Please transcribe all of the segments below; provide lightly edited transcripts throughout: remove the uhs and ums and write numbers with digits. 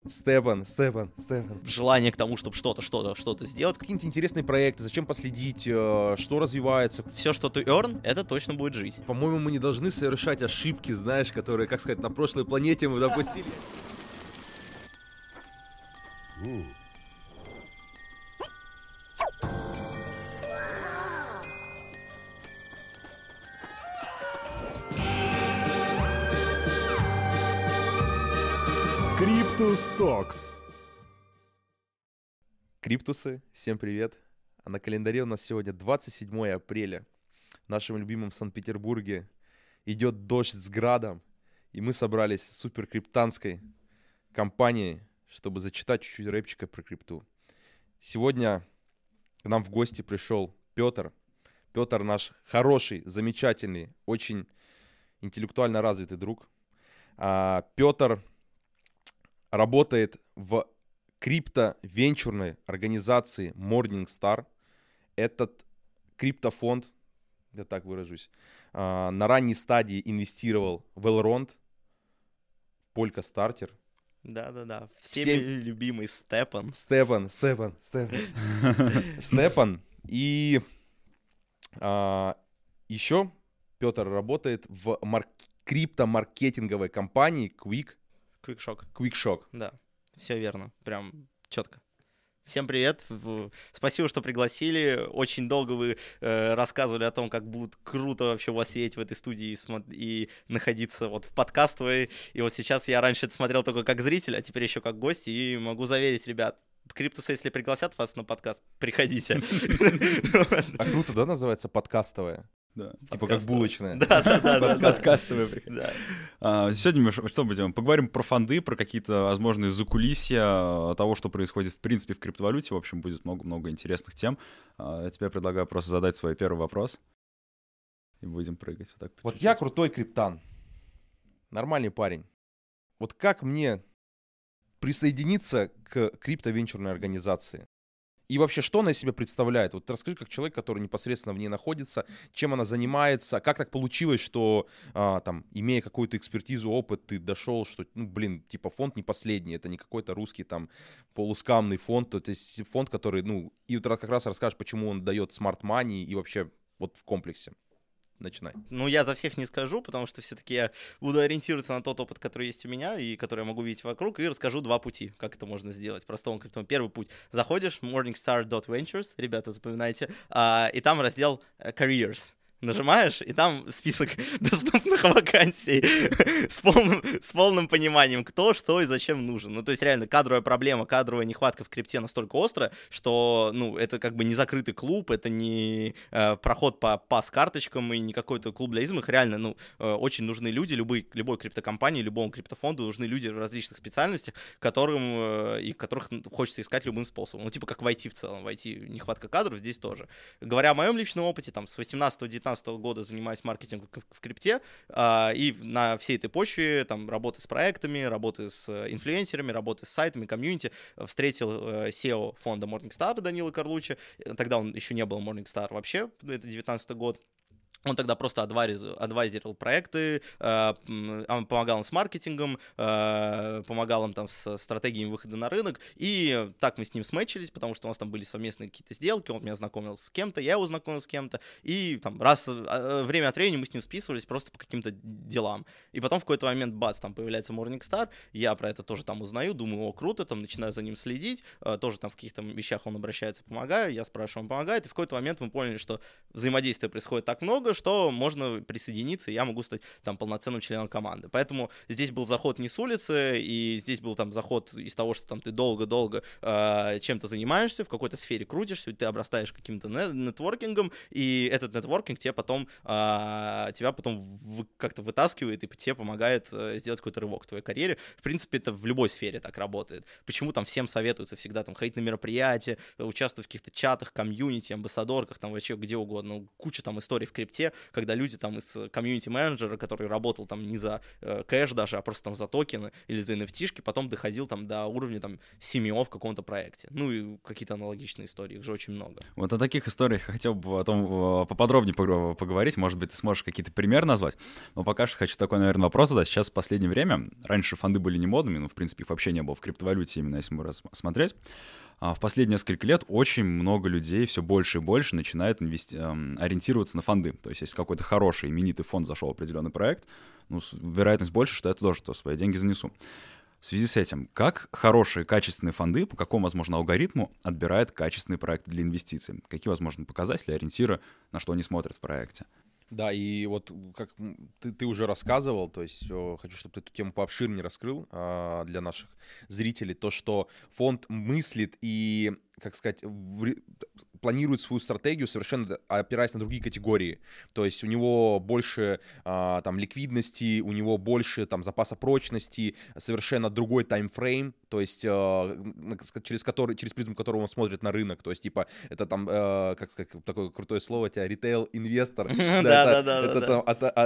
Степан. Желание к тому, чтобы что-то сделать. Какие-нибудь интересные проекты, зачем последить, что развивается. Все, что ты earn, это точно будет жить. По-моему, мы не должны совершать ошибки, знаешь, которые, как сказать, на прошлой планете мы допустили. Криптус Токс. Криптусы, всем привет. А на календаре у нас сегодня 27 апреля. В нашем любимом Санкт-Петербурге идет дождь с градом. И мы собрались с суперкриптанской компанией, чтобы зачитать чуть-чуть рэпчика про крипту. Сегодня к нам в гости пришел Петр. Петр наш хороший, замечательный, очень интеллектуально развитый друг. Петр работает в крипто-венчурной организации Morningstar. Этот криптофонд, я так выражусь, на ранней стадии инвестировал в Elrond, в Polkastarter. Да. Всеми любимый Степан. Степан. И еще Петр работает в криптомаркетинговой компании QuickShock. Да, все верно, прям четко. Всем привет, спасибо, что пригласили. Очень долго вы рассказывали о том, как будет круто вообще у вас сидеть в этой студии и находиться вот в подкастовой. И вот сейчас я раньше это смотрел только как зритель, а теперь еще как гость. И могу заверить, ребят, Криптусы, если пригласят вас на подкаст, приходите. А круто, да, называется подкастовая? Да. Типа как булочная. Да. Подкастовые приходи. Сегодня мы что будем? Поговорим про фонды, про какие-то возможные закулисья того, что происходит в принципе в криптовалюте. В общем, будет много интересных тем. Я тебе предлагаю просто задать свой первый вопрос. И будем прыгать. Вот я крутой криптан. Нормальный парень. Вот как мне присоединиться к криптовенчурной организации? И вообще, что она из себя представляет? Вот расскажи, как человек, который непосредственно в ней находится, чем она занимается, как так получилось, что, там, имея какую-то экспертизу, опыт, ты дошел, что, типа фонд не последний, это не какой-то русский там полускамный фонд, то есть фонд, который, и вот как раз расскажешь, почему он дает smart money и вообще вот в комплексе. Начинай. Я за всех не скажу, потому что все-таки я буду ориентироваться на тот опыт, который есть у меня и который я могу видеть вокруг, и расскажу два пути, как это можно сделать. Простому криптом. Первый путь. Заходишь, morningstar.ventures, ребята, запоминайте, и там раздел Careers. Нажимаешь, и там список доступных вакансий с полным пониманием, кто, что и зачем нужен. То есть реально кадровая проблема, кадровая нехватка в крипте настолько острая, что, это как бы не закрытый клуб, это не проход по пас-карточкам и не какой-то клуб для измых. Реально, очень нужны люди, любой криптокомпании, любому криптофонду нужны люди в различных специальностях, которых хочется искать любым способом. Типа как в IT в целом. В IT нехватка кадров, здесь тоже. Говоря о моем личном опыте, там, с 18-19 года занимаюсь маркетингом в крипте, и на всей этой почве там работы с проектами, работы с инфлюенсерами, работы с сайтами, комьюнити, встретил SEO фонда Morningstar Данила Карлуччи, тогда он еще не был Morningstar вообще, это 19 год. Он тогда просто адвайзировал проекты, помогал им с маркетингом, помогал им там с стратегиями выхода на рынок. И так мы с ним сметчились, потому что у нас там были совместные какие-то сделки, он меня знакомил с кем-то, я его знакомил с кем-то. И там время от времени мы с ним списывались просто по каким-то делам. И потом в какой-то момент, бац, там появляется Morningstar, я про это тоже там узнаю, думаю, круто, там начинаю за ним следить, тоже там в каких-то вещах он обращается, помогаю, я спрашиваю, он помогает. И в какой-то момент мы поняли, что взаимодействия происходит так много, что можно присоединиться, и я могу стать там полноценным членом команды. Поэтому здесь был заход не с улицы, и здесь был там заход из того, что там ты долго-долго чем-то занимаешься, в какой-то сфере крутишься, ты обрастаешь каким-то нетворкингом, и этот нетворкинг тебя потом как-то вытаскивает и тебе помогает сделать какой-то рывок в твоей карьере. В принципе, это в любой сфере так работает. Почему там всем советуется всегда там ходить на мероприятия, участвовать в каких-то чатах, комьюнити, амбассадорках, там вообще где угодно. Куча там историй в крипте, крипте, когда люди там из комьюнити-менеджера, который работал там не за кэш даже, а просто там за токены или за NFT-шки, потом доходил там до уровня там CMO в каком-то проекте. Ну и какие-то аналогичные истории, их же очень много. Вот о таких историях я хотел бы потом поподробнее поговорить, может быть, ты сможешь какие-то примеры назвать, но пока что хочу такой, наверное, вопрос задать. Сейчас в последнее время, раньше фонды были не модными, ну, в принципе, их вообще не было в криптовалюте, именно если мы рассмотреть. В последние несколько лет очень много людей все больше и больше начинает ориентироваться на фонды. То есть, если какой-то хороший, именитый фонд зашел в определенный проект, ну, вероятность больше, что я тоже свои деньги занесу. В связи с этим, как хорошие, качественные фонды, по какому, возможно, алгоритму отбирают качественный проект для инвестиций? Какие, возможно, показатели, ориентиры, на что они смотрят в проекте? Да, и вот как ты уже рассказывал, то есть хочу, чтобы ты эту тему пообширнее раскрыл для наших зрителей, то, что фонд мыслит и, как сказать, планирует свою стратегию, совершенно опираясь на другие категории. То есть у него больше там ликвидности, у него больше там запаса прочности, совершенно другой таймфрейм, то есть через призму которого он смотрит на рынок. То есть типа это там, как сказать, такое крутое слово, тебя ритейл-инвестор. Да.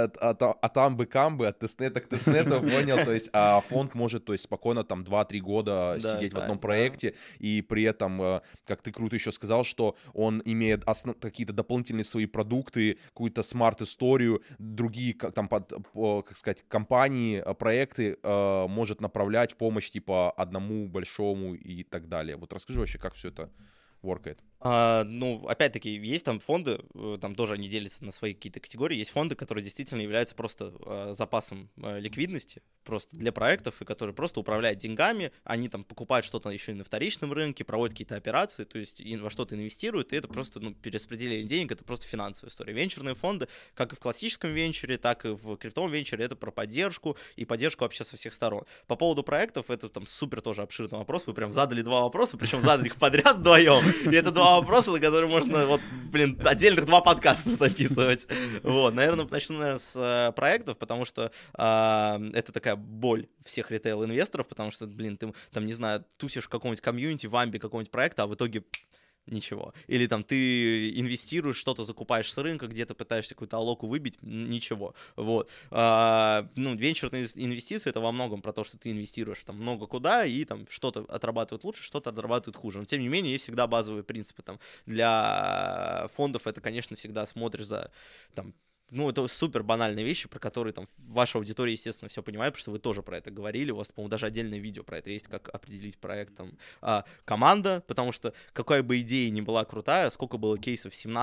От амбы-камбы, от тестнета к тестнету, понял? То есть фонд может, то есть спокойно там 2-3 года сидеть в одном проекте, и при этом, как ты круто еще сказал, что он имеет какие-то дополнительные свои продукты, какую-то смарт-историю, другие, там, как сказать, компании, проекты может направлять в помощь, типа, одному большому и так далее. Вот расскажи вообще, как все это воркает. Ну, опять-таки, есть там фонды, там тоже они делятся на свои какие-то категории. Есть фонды, которые действительно являются просто запасом ликвидности, просто для проектов, и которые просто управляют деньгами. Они там покупают что-то еще и на вторичном рынке, проводят какие-то операции, то есть во что-то инвестируют, и это просто, перераспределение денег, это просто финансовая история. Венчурные фонды, как и в классическом венчуре, так и в криптовом венчуре, это про поддержку, и поддержку вообще со всех сторон. По поводу проектов, это там супер тоже обширный вопрос, вы прям задали 2 вопроса, причем задали их подряд вдвоем, и это 2 вопросы, на которые можно, отдельных 2 подкаста записывать. Вот, наверное, начну, с проектов, потому что это такая боль всех ритейл-инвесторов, потому что, ты там, не знаю, тусишь в каком-нибудь комьюнити, в амбе какого-нибудь проекта, а в итоге ничего. Или там ты инвестируешь, что-то закупаешь с рынка, где-то пытаешься какую-то алоку выбить, ничего. Вот. Венчурные инвестиции — это во многом про то, что ты инвестируешь там много куда, и там что-то отрабатывает лучше, что-то отрабатывает хуже. Но тем не менее, есть всегда базовые принципы. Там, для фондов это, конечно, всегда смотришь за там, это супер банальные вещи, про которые там ваша аудитория, естественно, все понимает, потому что вы тоже про это говорили, у вас, по-моему, даже отдельное видео про это есть, как определить проект, там, команда, потому что какая бы идея ни была крутая, сколько было кейсов в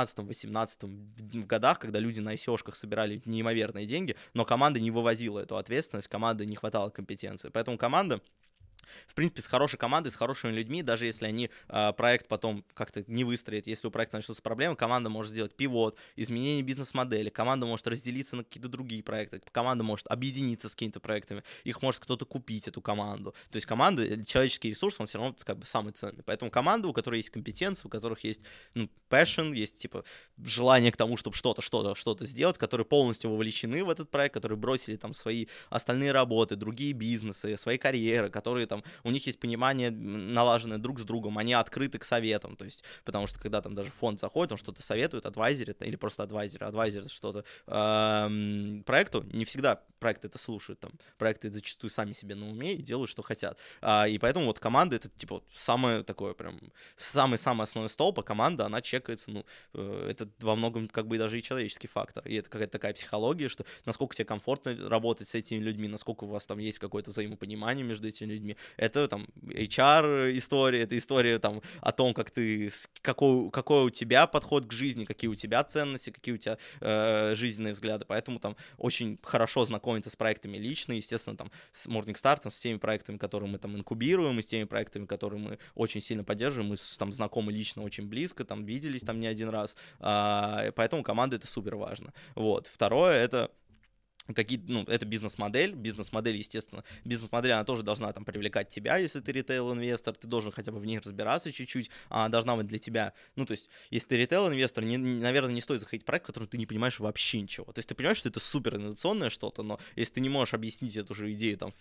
17-18 годах, когда люди на ICO-шках собирали неимоверные деньги, но команда не вывозила эту ответственность, команды не хватало компетенции, поэтому команда, в принципе, с хорошей командой, с хорошими людьми, даже если они проект потом как-то не выстроят, если у проекта начнутся проблемы, команда может сделать пивот, изменение бизнес-модели, команда может разделиться на какие-то другие проекты, команда может объединиться с какими-то проектами, их может кто-то купить, эту команду. То есть команда, человеческий ресурс, он все равно как бы самый ценный. Поэтому команда, у которой есть компетенция, у которых есть passion, есть типа желание к тому, чтобы что-то сделать, которые полностью вовлечены в этот проект, которые бросили там свои остальные работы, другие бизнесы, свои карьеры, которые там у них есть понимание налаженное друг с другом, они открыты к советам, то есть, потому что когда там даже фонд заходит, он что-то советует, адвайзерит, или просто адвайзерит что-то проекту, не всегда проекты это слушают, там, проекты зачастую сами себе на уме и делают, что хотят, и поэтому вот команда — это типа самое такое прям, самый-самый основной столб, а команда, она чекается, это во многом как бы даже и человеческий фактор, и это какая-то такая психология, что насколько тебе комфортно работать с этими людьми, насколько у вас там есть какое-то взаимопонимание между этими людьми. Это там HR-история, это история там о том, как ты, какой у тебя подход к жизни, какие у тебя ценности, какие у тебя жизненные взгляды. Поэтому там очень хорошо знакомиться с проектами лично, естественно, там с Morningstar, с теми проектами, которые мы там инкубируем, и с теми проектами, которые мы очень сильно поддерживаем, мы там знакомы лично очень близко, там виделись там не один раз. Поэтому команда — это супер важно. Вот. Второе — это это бизнес-модель, естественно, бизнес-модель, она тоже должна там привлекать тебя, если ты ритейл-инвестор, ты должен хотя бы в ней разбираться чуть-чуть, она должна быть для тебя, то есть, если ты ритейл-инвестор, наверное, не стоит заходить в проект, в котором ты не понимаешь вообще ничего, то есть, ты понимаешь, что это супер инновационное что-то, но если ты не можешь объяснить эту же идею там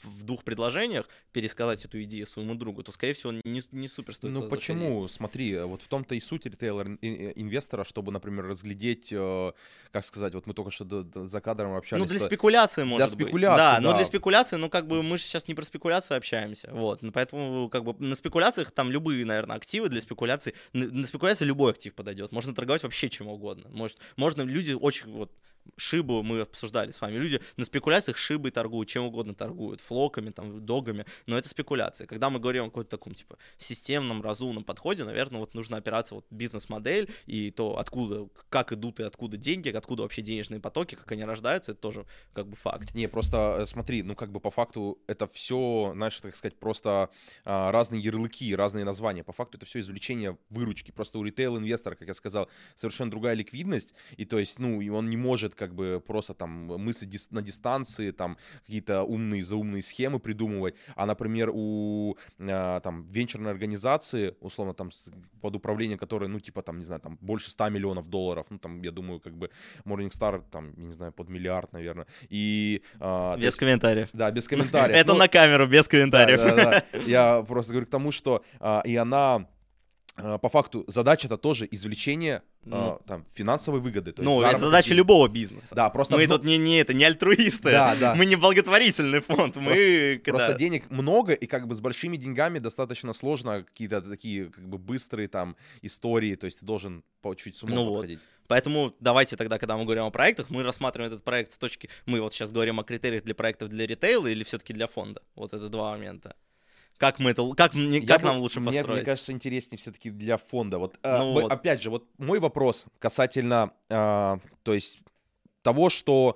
в 2 предложениях пересказать эту идею своему другу, то, скорее всего, не супер стоит. Ну почему? Заходить. Смотри, вот в том-то и суть ритейл-инвестора, чтобы, например, разглядеть, как сказать, вот мы только что за кадром общались. Ну, для спекуляции, может быть. Для спекуляции, да. Но для спекуляции, ну, как бы мы же сейчас не про спекуляции общаемся, вот. Поэтому, как бы, на спекуляциях там любые, наверное, активы для спекуляции, на спекуляции любой актив подойдет. Можно торговать вообще чем угодно. Можно люди очень, вот, Шибу мы обсуждали с вами. Люди на спекуляциях Шибой торгуют, чем угодно торгуют, флоками, там, догами, но это спекуляция. Когда мы говорим о каком-то таком, типа, системном, разумном подходе, наверное, вот нужно опираться вот бизнес-модель и то, откуда, как идут и откуда деньги, откуда вообще денежные потоки, как они рождаются, это тоже как бы факт. Не, просто смотри, ну как бы по факту это все, знаешь, так сказать, просто разные ярлыки, разные названия. По факту это все извлечение выручки. Просто у ритейл-инвестора, как я сказал, совершенно другая ликвидность, и то есть, ну, и он не может как бы просто там мыслить на дистанции, там какие-то заумные схемы придумывать, а, например, у там венчурной организации, условно, там под управлением которой, ну, типа, там, не знаю, там больше 100 миллионов долларов, ну, там, я думаю, как бы Morningstar, там, я не знаю, под миллиард, наверное, и... Без комментариев. Да, без комментариев. Это на камеру, без комментариев. Да. Я просто говорю к тому, что и она... По факту задача-то тоже извлечение там, финансовой выгоды. То есть это задача любого бизнеса. Да, просто мы тут не альтруисты, да. Мы не благотворительный фонд. Просто денег много, и как бы с большими деньгами достаточно сложно какие-то такие как бы быстрые там истории, то есть ты должен по чуть с умом подходить. Поэтому давайте тогда, когда мы говорим о проектах, мы рассматриваем этот проект с точки... Мы вот сейчас говорим о критериях для проектов для ритейла или все-таки для фонда? Вот это 2 момента. Как нам лучше построить? Мне кажется, интереснее все-таки для фонда. Вот, опять же, вот мой вопрос касательно, то есть того, что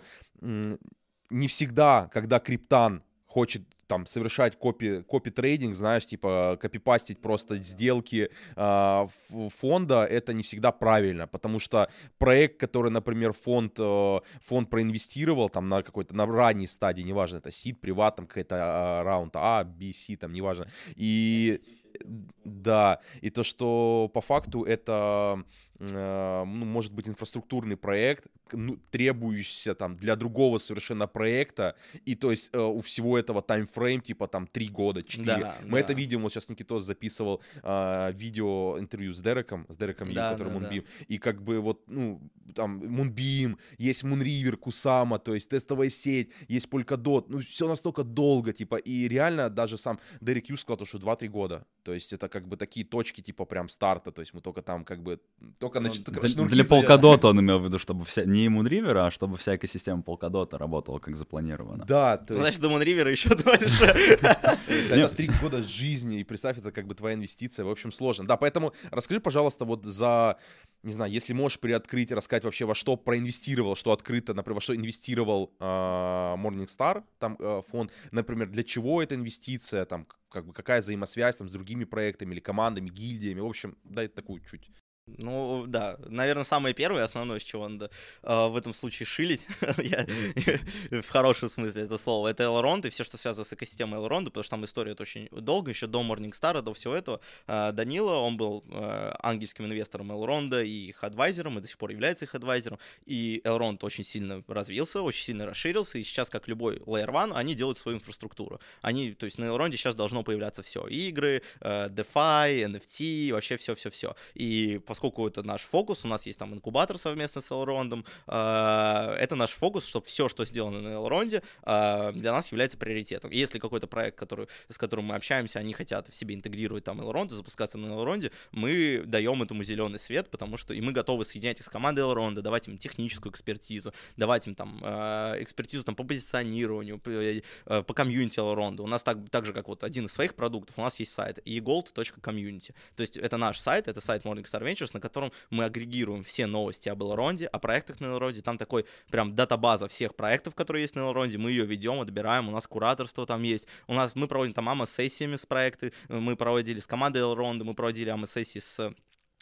не всегда, когда криптан хочет там совершать копи-трейдинг, знаешь, типа копипастить просто сделки фонда, это не всегда правильно, потому что проект, который, например, фонд проинвестировал там на какой-то, на ранней стадии, неважно, это сид, приват, там какой-то раунд А, Б, С, там, неважно, и да, и то, что по факту это может быть инфраструктурный проект, требующийся там для другого совершенно проекта, и то есть у всего этого таймфрейм типа там 3 года, 4. Мы это видим, вот сейчас Никитос записывал видео интервью с Дереком который Moonbeam, и как бы вот, ну, там Moonbeam, есть Moonriver, Kusama, то есть тестовая сеть, есть Polkadot, ну, все настолько долго, типа, и реально даже сам Дерек Ю сказал, что 2-3 года, то есть это как бы такие точки, типа, прям старта, то есть мы только там как бы, для Polkadot он имел в виду, чтобы не Moonriver, а чтобы вся экосистема Polkadot работала как запланировано. Да, то есть... Значит, до Moonriver еще дольше. Это 3 года жизни, и представь, это как бы твоя инвестиция, в общем, сложно. Да, поэтому расскажи, пожалуйста, вот за, не знаю, если можешь приоткрыть, рассказать вообще, во что проинвестировал, что открыто, например, во что инвестировал Morningstar, там фонд, например, для чего эта инвестиция, там, как бы какая взаимосвязь там с другими проектами или командами, гильдиями, в общем, дай такую чуть. Ну, да, наверное, самое первое, основное, с чего надо в этом случае шилить, в хорошем смысле это слово, это Elrond и все, что связано с экосистемой Elrond, потому что там история очень долго, еще до Morningstar, до всего этого. Данила, он был ангельским инвестором Elrond и их адвайзером, и до сих пор является их адвайзером, и Elrond очень сильно развился, очень сильно расширился, и сейчас, как любой Layer One, они делают свою инфраструктуру. То есть на Elrond сейчас должно появляться все, игры, DeFi, NFT, вообще все-все-все. И поскольку это наш фокус, у нас есть там инкубатор совместно с Elrond, это наш фокус, чтобы все, что сделано на Elrond, для нас является приоритетом. И если какой-то проект, с которым мы общаемся, они хотят в себе интегрировать там Elrond и запускаться на Elrond, мы даем этому зеленый свет, потому что и мы готовы соединять их с командой Elrond, давать им техническую экспертизу, давать им там экспертизу там, по позиционированию, по комьюнити Elrond. У нас так же, как вот один из своих продуктов, у нас есть сайт egold.community. То есть это наш сайт, это сайт Morningstar Ventures, на котором мы агрегируем все новости об Elrond, о проектах на Elrond. Там такой прям датабаза всех проектов, которые есть на Elrond. Мы ее ведем, отбираем, у нас кураторство там есть. Мы проводим там АМА-сессиями с проектами, мы проводили с командой Elrond, мы проводили АМА-сессии с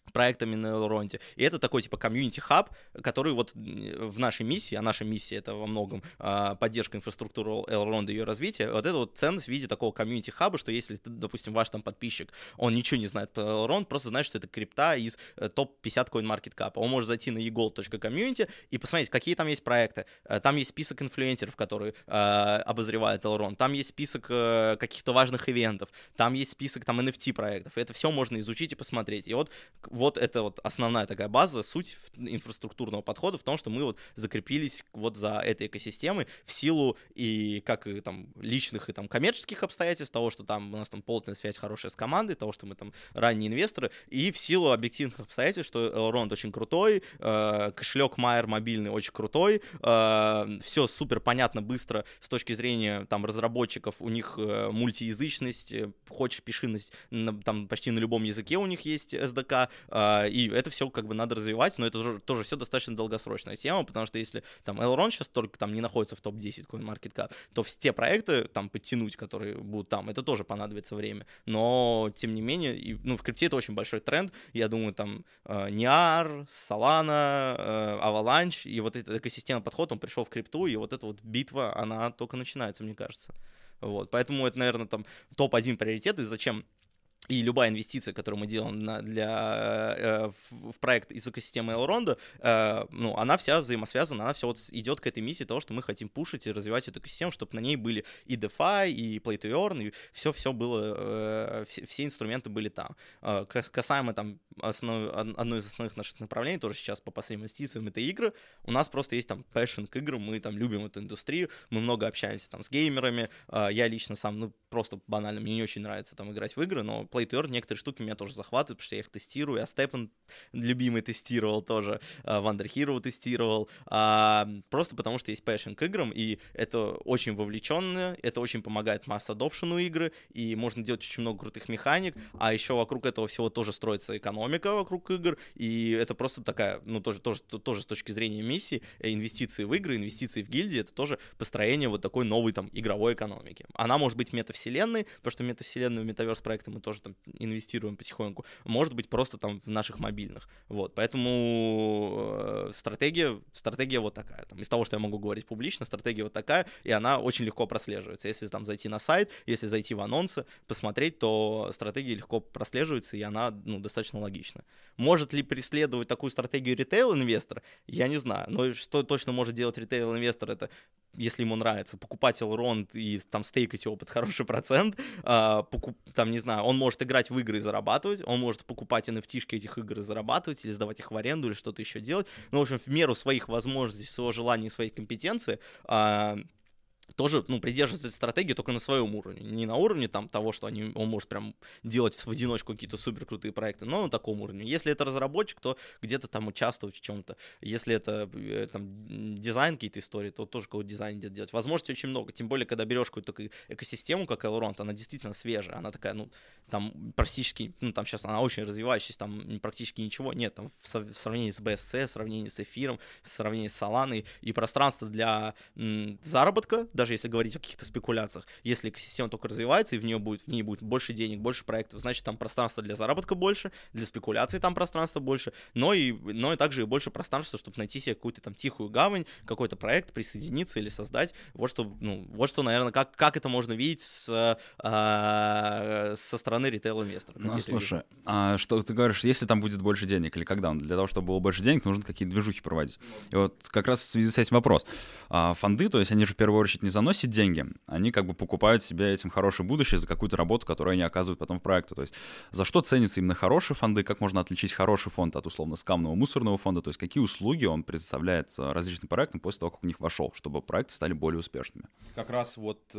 проектами на Элронде. И это такой типа комьюнити-хаб, который вот в нашей миссии, а наша миссия — это во многом поддержка инфраструктуры Элронда и ее развития, вот это вот ценность в виде такого комьюнити-хаба, что если, допустим, ваш там подписчик, он ничего не знает про Элронд, просто знает, что это крипта из топ-50 CoinMarketCap. Он может зайти на egold.community и посмотреть, какие там есть проекты. Там есть список инфлюенсеров, которые обозревают Элронд, там есть список каких-то важных ивентов, там есть список там NFT-проектов. Это все можно изучить и посмотреть. И вот это вот основная такая база, суть инфраструктурного подхода в том, что мы вот закрепились вот за этой экосистемой в силу и как и там личных и там коммерческих обстоятельств, того, что там у нас там плотная связь хорошая с командой, того, что мы там ранние инвесторы, и в силу объективных обстоятельств, что Elrond очень крутой, кошелек Майер мобильный очень крутой, все супер понятно, быстро с точки зрения там разработчиков, у них мультиязычность, хочешь пиши там почти на любом языке у них есть SDK, и это все как бы надо развивать, но это тоже все достаточно долгосрочная тема, потому что если там Elrond сейчас только там не находится в топ-10 CoinMarketCap, то все те проекты там подтянуть, которые будут там, это тоже понадобится время, но тем не менее, в крипте это очень большой тренд, я думаю, там Niar, Solana, Avalanche, и вот этот экосистемный подход, он пришел в крипту, и вот эта вот битва, она только начинается, мне кажется. Вот, поэтому это, наверное, там топ-1 приоритет, и зачем и любая инвестиция, которую мы делаем в проект из экосистемы Elrond, она вся взаимосвязана, она все вот идет к этой миссии того, что мы хотим пушить и развивать эту экосистему, чтобы на ней были и DeFi, и Play to Earn, и все было, все инструменты были там. Касаемо там одной из основных наших направлений, тоже сейчас по последним инвестициям, это игры. У нас просто есть там passion к играм, мы там любим эту индустрию, мы много общаемся там с геймерами. Я лично сам, просто банально, мне не очень нравится там играть в игры, но Play to Earn некоторые штуки меня тоже захватывают, потому что я их тестирую. Я Степан любимый тестировал тоже, Wonder Hero тестировал. Просто потому что есть passion к играм, и это очень вовлеченно, это очень помогает масс-адопшену игры, и можно делать очень много крутых механик, а еще вокруг этого всего тоже строится экономика вокруг игр, и это просто такая, тоже с точки зрения миссии, инвестиции в игры, инвестиции в гильдии, это тоже построение вот такой новой там игровой экономики. Она может быть метавселенной, потому что метавселенную метаверс проекты мы тоже там инвестируем потихоньку, может быть просто там в наших мобильных, вот, поэтому стратегия вот такая, там, из того, что я могу говорить публично, стратегия вот такая, и она очень легко прослеживается, если там зайти на сайт, если зайти в анонсы, посмотреть, то стратегия легко прослеживается, и она, достаточно логична. Может ли преследовать такую стратегию ритейл-инвестор? Я не знаю, но что точно может делать ритейл-инвестор, это, если ему нравится, покупать Elrond и там стейкать его под хороший процент, там, не знаю, он может играть в игры и зарабатывать, он может покупать NFT-шки этих игр и зарабатывать, или сдавать их в аренду, или что-то еще делать. В общем, в меру своих возможностей, своего желания и своей компетенции тоже, придерживаться этой стратегии только на своем уровне. Не на уровне там того, что он может прям делать в одиночку какие-то супер крутые проекты, но на таком уровне. Если это разработчик, то где-то там участвовать в чем-то. Если это там дизайн, какие-то истории, то тоже какой-то дизайн где-то делать. Возможностей очень много. Тем более, когда берешь какую-то такую экосистему, как Elrond, она действительно свежая. Она такая, там практически, там сейчас она очень развивающаяся, там практически ничего нет. Там в сравнении с BSC, в сравнении с эфиром, в сравнении с Solana, и пространство для заработка, даже если говорить о каких-то спекуляциях, если экосистема только развивается, и в ней будет больше денег, больше проектов, значит, там пространство для заработка больше, для спекуляций там пространство больше, но и также и больше пространства, чтобы найти себе какую-то там тихую гавань, какой-то проект, присоединиться или создать. Вот что, наверное, как это можно видеть со стороны ритейл-инвестора. Слушай, что ты говоришь, если там будет больше денег, или когда? Для того, чтобы было больше денег, нужно какие-то движухи проводить. И вот как раз в связи с этим вопрос. Фонды, то есть они же в первую очередь не заносят деньги, они как бы покупают себе этим хорошее будущее за какую-то работу, которую они оказывают потом в проекту. То есть за что ценятся именно хорошие фонды, как можно отличить хороший фонд от условно скамного мусорного фонда, то есть какие услуги он предоставляет различным проектам после того, как в них вошел, чтобы проекты стали более успешными. Как раз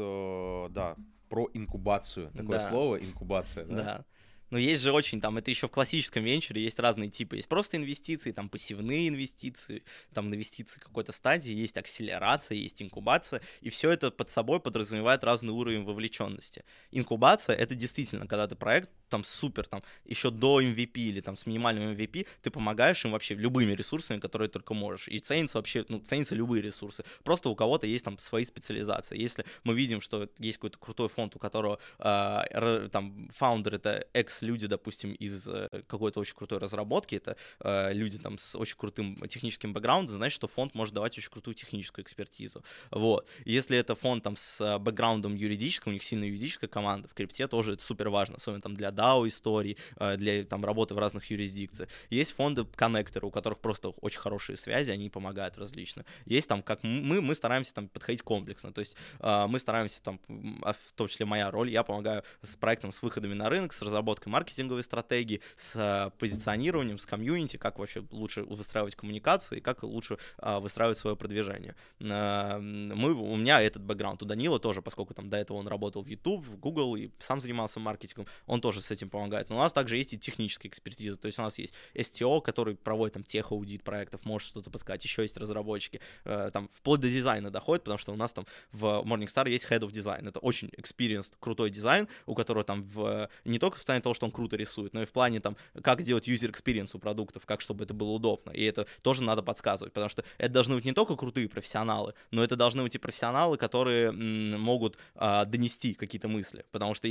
про инкубацию. Такое слово, инкубация. Да. Но есть же очень, это еще в классическом венчуре есть разные типы. Есть просто инвестиции, там пассивные инвестиции, там инвестиции какой-то стадии, есть акселерация, есть инкубация, и все это под собой подразумевает разный уровень вовлеченности. Инкубация — это действительно, когда ты проект там супер, там еще до MVP или там с минимальным MVP, ты помогаешь им вообще любыми ресурсами, которые только можешь. И ценятся вообще, ценятся любые ресурсы. Просто у кого-то есть там свои специализации. Если мы видим, что есть какой-то крутой фонд, у которого там фаундер — это люди, допустим, из какой-то очень крутой разработки, это люди там с очень крутым техническим бэкграундом, значит, что фонд может давать очень крутую техническую экспертизу. Вот. Если это фонд там с бэкграундом юридическим, у них сильная юридическая команда, в крипте тоже это супер важно, особенно там для DAO-историй, для там работы в разных юрисдикциях. Есть фонды-коннекторы, у которых просто очень хорошие связи, они помогают различно. Есть там, как мы стараемся там подходить комплексно, то есть мы стараемся там, в том числе моя роль, я помогаю с проектом, с выходами на рынок, с разработкой маркетинговой стратегии, с позиционированием, с комьюнити, как вообще лучше выстраивать коммуникации, как лучше выстраивать свое продвижение. У меня этот бэкграунд, у Данила тоже, поскольку там до этого он работал в YouTube, в Google и сам занимался маркетингом, он тоже с этим помогает. Но у нас также есть и техническая экспертиза, то есть у нас есть STO, который проводит там тех-аудит проектов, может что-то подсказать, еще есть разработчики, там вплоть до дизайна доходит, потому что у нас там в Morningstar есть Head of Design, это очень experienced, крутой дизайн, у которого там не только в плане того, что он круто рисует, но и в плане там, как делать user experience у продуктов, как чтобы это было удобно, и это тоже надо подсказывать, потому что это должны быть не только крутые профессионалы, но это должны быть и профессионалы, которые могут донести какие-то мысли, потому что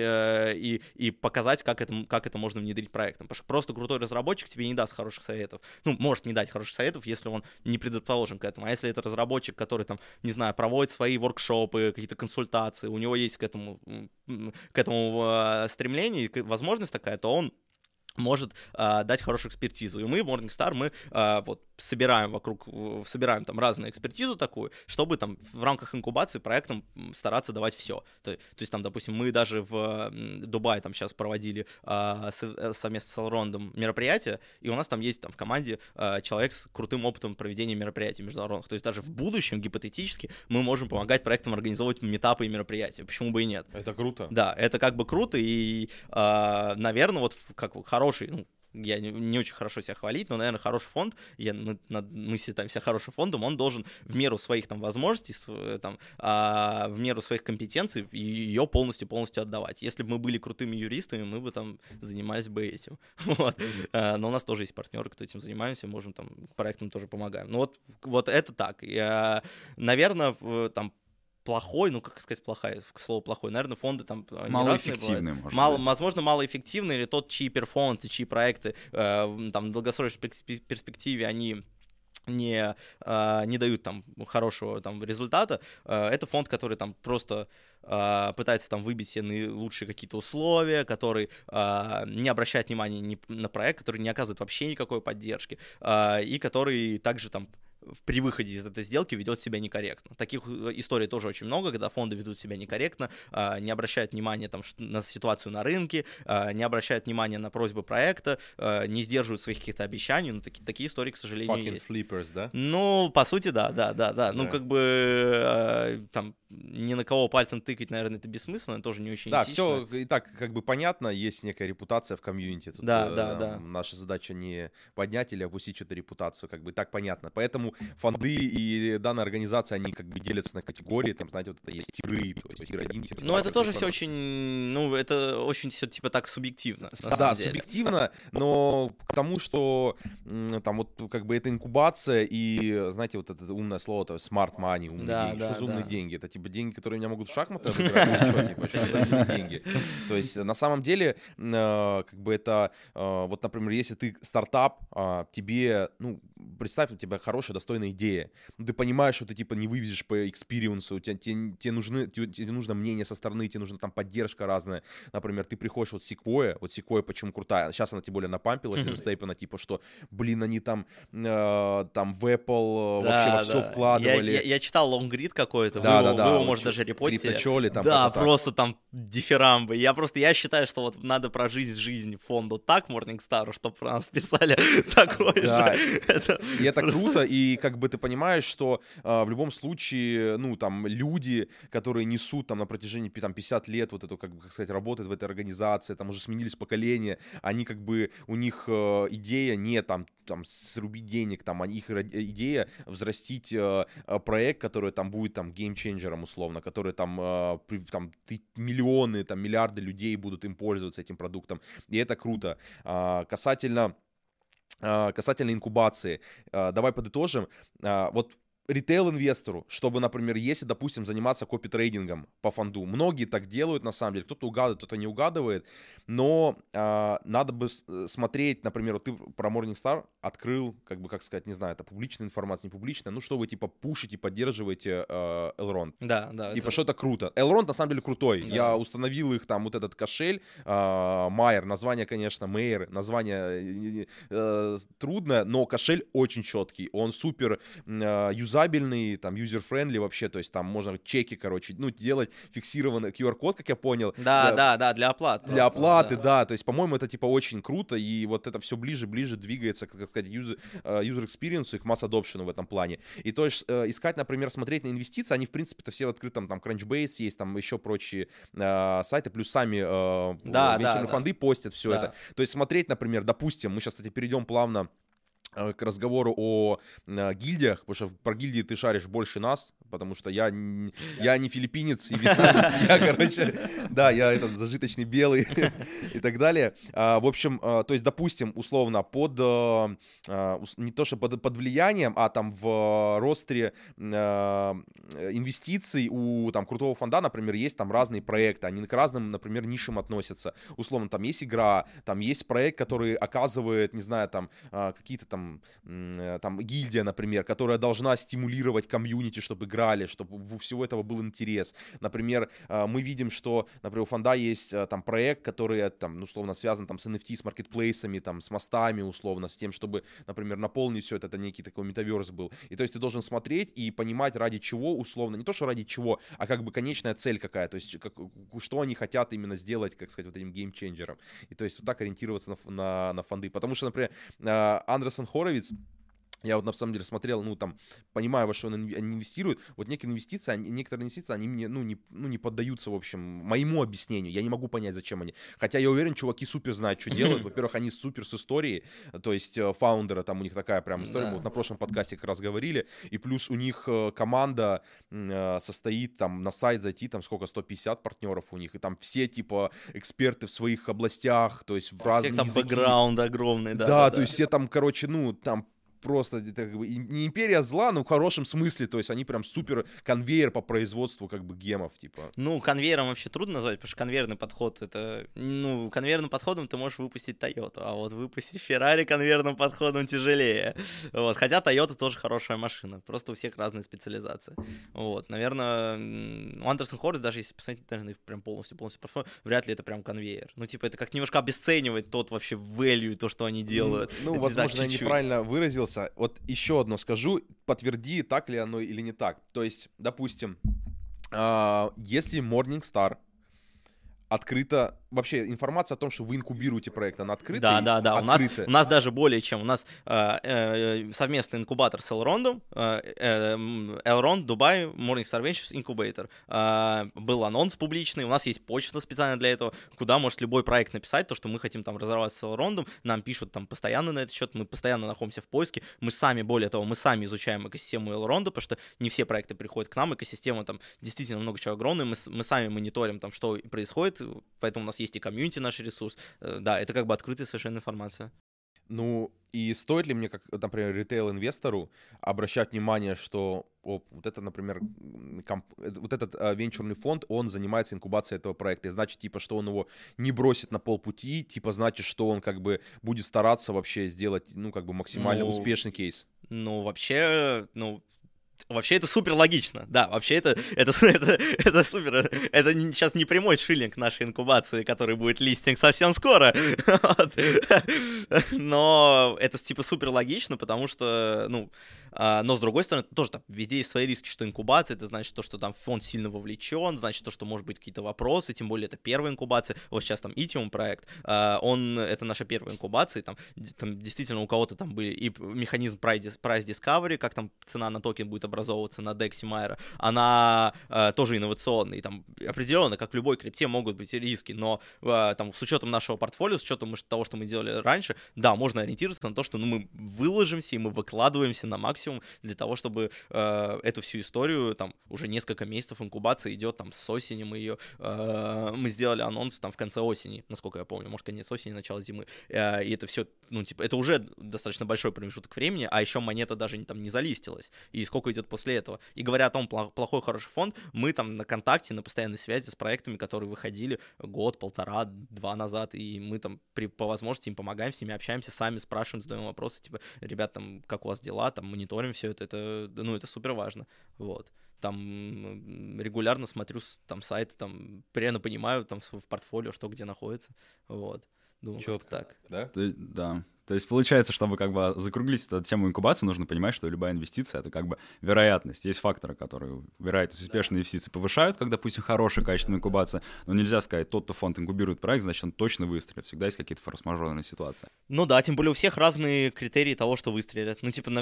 и показать, как это можно внедрить проектом, потому что просто крутой разработчик тебе не даст хороших советов, ну, может не дать хороших советов, если он не предрасположен к этому, а если это разработчик, который там, не знаю, проводит свои воркшопы, какие-то консультации, у него есть к этому стремление и возможность такая, то он может дать хорошую экспертизу. И мы в Morningstar, мы вот собираем там разную экспертизу такую, чтобы там в рамках инкубации проектам стараться давать все. То есть там, допустим, мы даже в Дубае там сейчас проводили совместно с Elrond мероприятие, и у нас там есть там в команде человек с крутым опытом проведения мероприятий международных. То есть даже в будущем, гипотетически, мы можем помогать проектам организовывать митапы и мероприятия. Почему бы и нет? Это круто. Да, это как бы круто, и, наверное, вот как хороший, ну, я не очень хорошо себя хвалить, но, наверное, хороший фонд, мы считаем себя хорошим фондом, он должен в меру своих там возможностей, в меру своих компетенций ее полностью отдавать. Если бы мы были крутыми юристами, мы бы там занимались бы этим. Вот. Но у нас тоже есть партнеры, кто этим занимаемся, можем там проектам тоже помогаем. Ну вот это так. Наверное, там плохой, ну, как сказать, плохая, к слову, плохой, наверное, фонды там малоэффективные, может быть. Возможно, малоэффективные, или тот, чьи перформансы, чьи проекты там в долгосрочной перспективе, они не дают там хорошего там результата, это фонд, который там просто пытается там выбить себе наилучшие какие-то условия, который не обращает внимания на проект, который не оказывает вообще никакой поддержки, и который также там при выходе из этой сделки ведет себя некорректно. Таких историй тоже очень много, когда фонды ведут себя некорректно, не обращают внимания там, на ситуацию на рынке, не обращают внимания на просьбы проекта, не сдерживают своих каких-то обещаний. Ну, такие истории, к сожалению, Fucking есть. sleepers, да? Ну, по сути, да. Ну, как бы там ни на кого пальцем тыкать, наверное, это бессмысленно, тоже не очень да, этично. все и так как бы понятно, есть некая репутация в комьюнити. Тут, да. Наша задача не поднять или опустить что-то репутацию, как бы так понятно. Поэтому фонды и данная организация, они как бы делятся на категории, там, знаете, вот это есть тиры, то есть тир 1, тир 2. Ну, это тоже все очень, ну, это очень все типа так субъективно. Да, субъективно, но к тому, что там вот как бы это инкубация и, знаете, вот это умное слово, то smart money, умные деньги. Что за умные деньги? Это типа деньги, которые меня могут в шахматы обыграть, или что, типа, что за деньги? То есть на самом деле, как бы это, вот, например, если ты стартап, тебе, ну, представь, у тебя хорошая, достойная идея, ну, ты понимаешь, что ты типа не вывезешь по экспириенсу, тебе нужно мнение со стороны, тебе нужна там поддержка разная. Например, ты приходишь вот Sequoia почему крутая, сейчас она тем более напампилась из-за стейпена, типа, что, блин, они там в Apple вообще во все вкладывали. Я читал лонгрид какой-то, вы его, может, даже репостили. Крипточоли там. Да, просто там дифирамбы. Я считаю, что вот надо прожить жизнь фонду так, Morningstar, чтобы про нас писали такое же. И это круто, и как бы ты понимаешь, что в любом случае, ну, там, люди, которые несут там на протяжении там 50 лет вот эту, как бы, как сказать, работают в этой организации, там уже сменились поколения, они как бы, у них идея не там срубить денег, там, их идея взрастить проект, который там будет там геймченджером условно, который там миллионы, там, миллиарды людей будут им пользоваться этим продуктом, и это круто. Касательно инкубации, давай подытожим. Вот ритейл-инвестору, чтобы, например, если, допустим, заниматься копи-трейдингом по фонду. Многие так делают, на самом деле. Кто-то угадывает, кто-то не угадывает. Но надо бы смотреть, например, вот ты про Morningstar открыл, как бы, как сказать, не знаю, это публичная информация, не публичная. Ну, что вы, типа, пушите, поддерживаете Elrond. Да. Типа, что это круто. Elrond, на самом деле, крутой. Да. Я установил их, там, вот этот кошель. Майер, название, конечно, Мейер. Название трудное, но кошель очень четкий. Он супер юзабельный, там, юзер-френдли вообще, то есть там можно чеки, короче, ну, делать фиксированный QR-код, как я понял. Да, для оплаты. Для оплаты, да, то есть, по-моему, это, типа, очень круто, и вот это все ближе двигается, как сказать, user experience и к масс-адопшену в этом плане. И то есть, искать, например, смотреть на инвестиции, они, в принципе-то все в открытом, там, Crunchbase есть, там, еще прочие сайты, плюс сами венчурные фонды постят все это. То есть, смотреть, например, допустим, мы сейчас, кстати, перейдем плавно к разговору о гильдиях, потому что про гильдии ты шаришь больше нас, потому что я не филиппинец и вьетнамец, я, короче, да, я этот зажиточный белый и так далее. В общем, то есть, допустим, условно, не то что под влиянием, а там в ростере инвестиций у там крутого фонда, например, есть там разные проекты, они к разным, например, нишам относятся. Условно, там есть игра, там есть проект, который оказывает, не знаю, там какие-то там гильдия, например, которая должна стимулировать комьюнити, чтобы играли, чтобы у всего этого был интерес. Например, мы видим, что, например, у фонда есть там проект, который там, ну, условно, связан там с NFT, с маркетплейсами, там, с мостами, условно, с тем, чтобы, например, наполнить все это некий такой метаверс был. И то есть ты должен смотреть и понимать, ради чего, условно, не то, что ради чего, а как бы конечная цель какая, то есть что они хотят именно сделать, как сказать, вот этим геймченджером. И то есть вот так ориентироваться на фонды. Потому что, например, Андерсон Хоровиц, я вот на самом деле смотрел, ну там, понимаю, во что он инвестирует, вот некоторые инвестиции, они мне, не поддаются, в общем, моему объяснению, я не могу понять, зачем они. Хотя я уверен, чуваки супер знают, что делают. Во-первых, они супер с историей, то есть фаундера, там у них такая прям история, мы вот на прошлом подкасте как раз говорили, и плюс у них команда состоит, там, на сайт зайти, там, сколько, 150 партнеров у них, и там все, типа, эксперты в своих областях, то есть в разных языках. Там бэкграунд огромный, да. Да, то есть все там, короче, ну, там, просто это как бы не империя зла, но в хорошем смысле, то есть они прям супер конвейер по производству как бы гемов, типа. Ну, конвейером вообще трудно назвать, потому что конвейерный подход это, ну, конвейерным подходом ты можешь выпустить Toyota, а вот выпустить Ferrari конвейерным подходом тяжелее, вот, хотя Toyota тоже хорошая машина, просто у всех разные специализации, вот, наверное, у Андерсон Хорвиц, даже если посмотреть, наверное, прям полностью портфолио, вряд ли это прям конвейер, ну, типа, это как немножко обесценивает тот вообще value, то, что они делают. Ну, возможно, я неправильно выразился. Вот еще одно скажу, подтверди, так ли оно или не так. То есть, допустим, если Morningstar открыто... Вообще, информация о том, что вы инкубируете проект, она открыта? Да. У нас даже более чем. У нас совместный инкубатор с Elrond, Elrond, Dubai, Morningstar Ventures Incubator. Был анонс публичный, у нас есть почта специально для этого, куда может любой проект написать, то, что мы хотим там разорваться с Elrond, нам пишут там постоянно на этот счет, мы постоянно находимся в поиске, мы сами, более того, мы сами изучаем экосистему Elrond, потому что не все проекты приходят к нам, экосистема там действительно много чего огромная, мы сами мониторим там, что происходит, поэтому у нас есть и комьюнити, наш ресурс. Да, это как бы открытая совершенно информация. Ну, и стоит ли мне, как, например, ритейл-инвестору обращать внимание, что вот это, например, вот этот венчурный фонд, он занимается инкубацией этого проекта, и значит, типа, что он его не бросит на полпути, типа, значит, что он как бы будет стараться вообще сделать, ну, как бы максимально успешный кейс. Вообще это супер логично, да, вообще это супер, это сейчас не прямой шиллинг нашей инкубации, который будет листинг совсем скоро, но это типа супер логично, потому что, но с другой стороны, тоже там везде есть свои риски, что инкубация, это значит то, что там фонд сильно вовлечен, значит то, что может быть какие-то вопросы, тем более это первая инкубация, вот сейчас там Itium проект, это наша первая инкубация, там действительно у кого-то там были и механизм price discovery, как там цена на токен будет образовываться на DEX Майера, она тоже инновационная, и там определенно, как в любой крипте, могут быть риски, но там с учетом нашего портфолио, с учетом того, что мы делали раньше, да, можно ориентироваться на то, что мы выложимся и мы выкладываемся на максимум, максимум для того, чтобы эту всю историю, там, уже несколько месяцев инкубации идет, там, с осени мы сделали анонс, там, в конце осени, насколько я помню, может, конец осени, начало зимы, и это все, ну, типа, это уже достаточно большой промежуток времени, а еще монета даже там не залистилась, и сколько идет после этого. И говоря о том, плохой, хороший фонд, мы там на контакте, на постоянной связи с проектами, которые выходили год, полтора, 2 назад, и мы там по возможности им помогаем, с ними общаемся, сами спрашиваем, задаем вопросы, типа, ребят, там, как у вас дела, там, мониторим все это, ну, это супер важно, вот. Там регулярно смотрю там сайты, там, примерно понимаю там в портфолио, что где находится, вот. Думаю, Чётко, так. да? Да. То есть получается, чтобы как бы закруглить эту тему инкубации, нужно понимать, что любая инвестиция — это как бы вероятность. Есть факторы, которые вероятность успешной инвестиции повышают, когда, допустим, хорошая, качественная инкубация, но нельзя сказать, тот-то фонд инкубирует проект, значит, он точно выстрелит. Всегда есть какие-то форс-мажорные ситуации. Ну да, тем более у всех разные критерии того, что выстрелят. Ну, типа,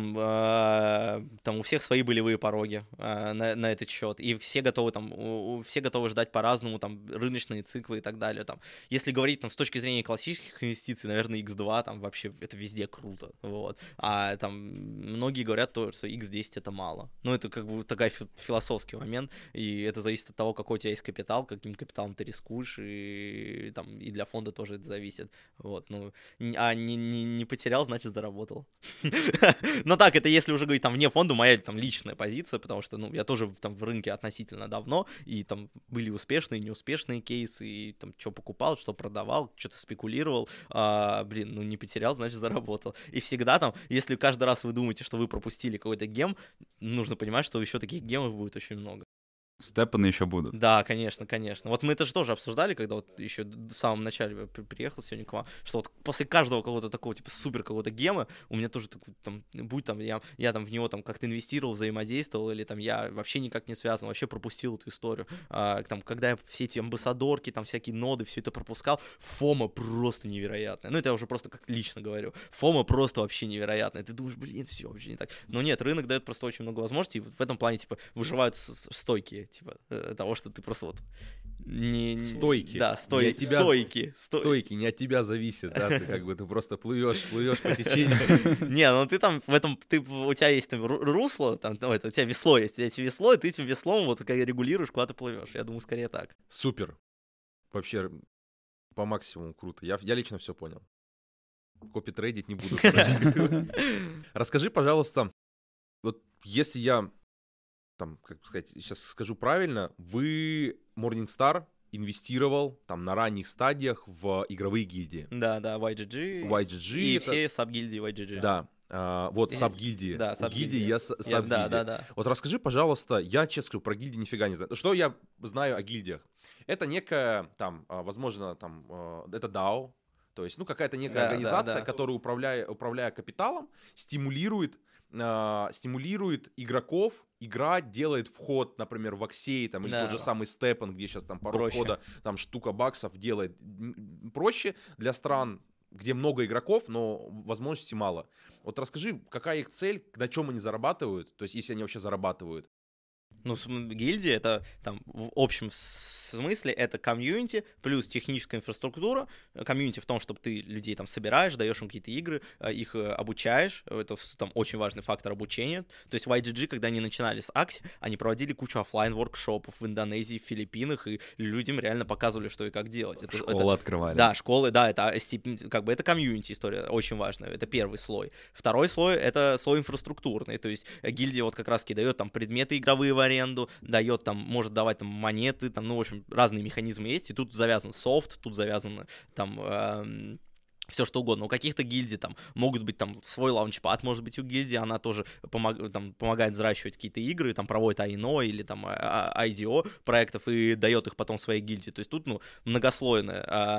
там у всех свои болевые пороги на этот счет. И все готовы все готовы ждать по-разному, там, рыночные циклы и так далее. Там. Если говорить там с точки зрения классических инвестиций, наверное, X2 там вообще это везде круто. Вот. А там многие говорят, что X10 это мало. Ну, это как бы такой философский момент, и это зависит от того, какой у тебя есть капитал, каким капиталом ты рискуешь, и там и для фонда тоже это зависит. Вот, ну, не потерял, значит, заработал. Но так, это если уже говорить там вне фонда, моя там личная позиция, потому что, ну, я тоже там в рынке относительно давно, и там были успешные, неуспешные кейсы, и там что покупал, что продавал, что-то спекулировал, ну, не потерял, значит, заработал. И всегда там, если каждый раз вы думаете, что вы пропустили какой-то гем, нужно понимать, что еще таких гемов будет очень много. Степаны еще будут. Да, конечно, конечно. Вот мы это же тоже обсуждали, когда вот еще в самом начале приехал сегодня к вам, что вот после каждого какого-то такого, типа, супер какого-то гема, у меня тоже там, будь там, я там в него там как-то инвестировал, взаимодействовал, или там я вообще никак не связан, вообще пропустил эту историю. Там, когда я все эти амбассадорки, там всякие ноды, все это пропускал, фома просто невероятная. Ну, это я уже просто как лично говорю. Фома просто вообще невероятная. Ты думаешь, блин, все вообще не так. Но нет, рынок дает просто очень много возможностей, и в этом плане, типа, выживают стойкие, типа, того, что ты просто вот стойки. Да, стойки, не от тебя зависит, да, ты как бы ты просто плывешь по течению. Не, ну ты там в этом, у тебя есть там русло, там, у тебя весло есть, у тебя есть весло, и ты этим веслом вот регулируешь, куда ты плывешь. Я думаю, скорее так. Супер. Вообще по максимуму круто. Я лично все понял. Копи-трейдить не буду. Расскажи, пожалуйста, вот если я там, как сказать, сейчас скажу правильно, Morningstar инвестировал там на ранних стадиях в игровые гильдии. Да, YGG. И все саб-гильдии YGG. Да, вот саб-гильдии. Да, саб-гильдии. Я саб-гильдии. Да. Вот расскажи, пожалуйста, я, честно скажу, про гильдии нифига не знаю. Что я знаю о гильдиях? Это некая, там, возможно, там, это DAO, то есть, ну, какая-то некая организация, которая, управляя капиталом, стимулирует игроков играть, делает вход, например, в Аксей, там, или тот же самый Степан, где сейчас там порог входа, там, штука баксов делает проще для стран, где много игроков, но возможностей мало. Вот расскажи, какая их цель, на чем они зарабатывают, то есть, если они вообще зарабатывают. Ну, гильдия — это там в общем смысле это комьюнити плюс техническая инфраструктура. Комьюнити в том, чтобы ты людей там собираешь, даешь им какие-то игры, их обучаешь. Это там очень важный фактор обучения. То есть в YGG, когда они начинали с Axie, они проводили кучу офлайн-воркшопов в Индонезии, в Филиппинах, и людям реально показывали, что и как делать. Школы открывали. Да, школы, да, это как бы это комьюнити история, очень важная. Это первый слой. Второй слой — это слой инфраструктурный. То есть гильдия вот как раз-таки дает там предметы игровые в аренду, дает там, может давать там монеты, там, ну, в общем, разные механизмы есть, и тут завязан софт, тут завязан там все что угодно. У каких-то гильдий там могут быть там свой лаунчпад, может быть, у гильдии, она тоже помогает взращивать какие-то игры, там проводит INO или там IDO проектов и дает их потом своей гильдии. То есть тут, ну, многослойная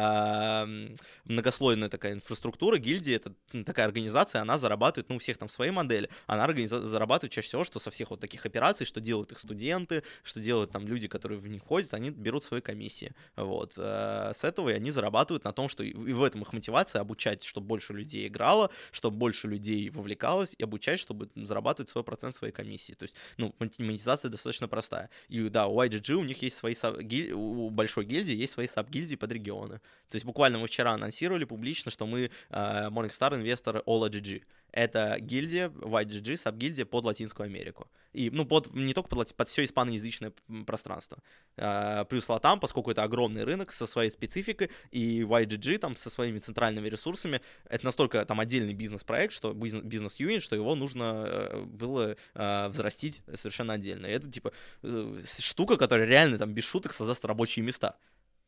такая инфраструктура. Гильдии — это такая организация, она зарабатывает, ну, у всех там свои модели, она зарабатывает чаще всего, что со всех вот таких операций, что делают их студенты, что делают там люди, которые в них ходят, они берут свои комиссии. Вот. С этого и они зарабатывают на том, что и в этом их мотивация обучать, чтобы больше людей играло, чтобы больше людей вовлекалось, и обучать, чтобы зарабатывать свой процент своей комиссии. То есть, ну, монетизация достаточно простая. И да, у YGG у них есть свои у большой гильдии есть свои саб-гильдии под регионы. То есть буквально мы вчера анонсировали публично, что мы Morningstar инвесторы All-GG. Это гильдия, YGG, сабгильдия под Латинскую Америку. И, ну, не только под все испаноязычное пространство. Плюс Латам, поскольку это огромный рынок со своей спецификой, и YGG там со своими центральными ресурсами, это настолько там отдельный бизнес-проект, что бизнес-юнит, что его нужно было взрастить совершенно отдельно. И это, типа, штука, которая реально там без шуток создаст рабочие места.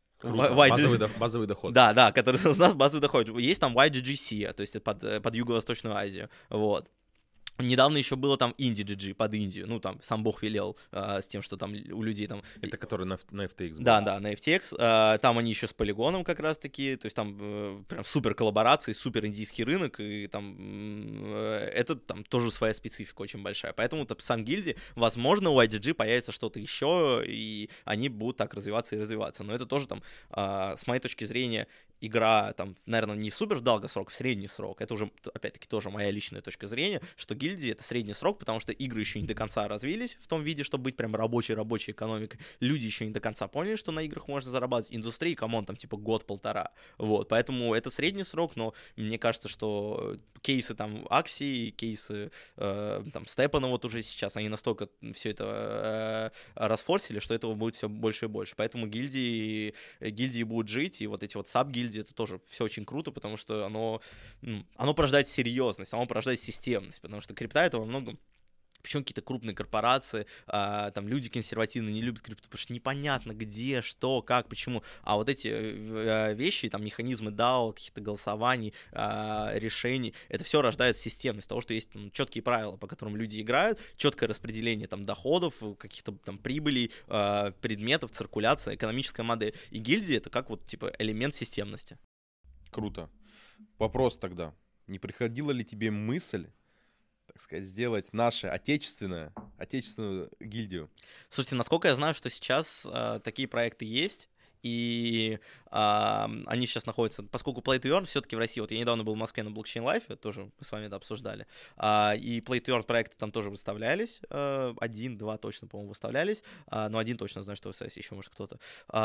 Базовый доход. Да, который создаст базовый доход. Есть там YGGC, то есть под Юго-Восточную Азию. Вот. Недавно еще было там IndyGG под Индию. Ну, там сам Бог велел с тем, что там у людей там... Это который на FTX был. Да, на FTX. Там они еще с Полигоном как раз-таки. То есть там прям супер коллаборации, супер индийский рынок. И там это там тоже своя специфика очень большая. Поэтому сам гильдии, возможно, у YGG появится что-то еще, и они будут так развиваться и развиваться. Но это тоже там, с моей точки зрения, игра, там, наверное, не супер в долгосрок, в средний срок. Это уже, опять-таки, тоже моя личная точка зрения, что гильдии — это средний срок, потому что игры еще не до конца развились в том виде, чтобы быть прям рабочей экономикой. Люди еще не до конца поняли, что на играх можно зарабатывать. Индустрии, камон, там, типа, год-полтора. Вот, поэтому это средний срок, но мне кажется, что кейсы там Аксии, кейсы там Степана вот уже сейчас, они настолько все это расфорсили, что этого будет все больше и больше. Поэтому гильдии будут жить, и вот эти вот саб-гильдии, это тоже все очень круто, потому что оно порождает серьезность, оно порождает системность, потому что крипта — это во многом... Почему какие-то крупные корпорации, там люди консервативные не любят крипту, потому что непонятно где, что, как, почему. А вот эти вещи, там механизмы DAO, каких-то голосований, решений, это все рождает системность того, что есть там четкие правила, по которым люди играют, четкое распределение там доходов, каких-то там прибылей, предметов, циркуляция, экономическая модель. И гильдии — это как вот типа элемент системности. Круто. Вопрос тогда. Не приходила ли тебе мысль, так сказать, сделать нашу отечественную гильдию? Слушайте, насколько я знаю, что сейчас такие проекты есть, и они сейчас находятся, поскольку Play to Earn все-таки в России, вот я недавно был в Москве на Blockchain Life, тоже мы с вами это обсуждали, и Play to Earn проекты там тоже выставлялись, 1-2 точно, по-моему, выставлялись, но один точно знаю, что выставлялись, еще может кто-то.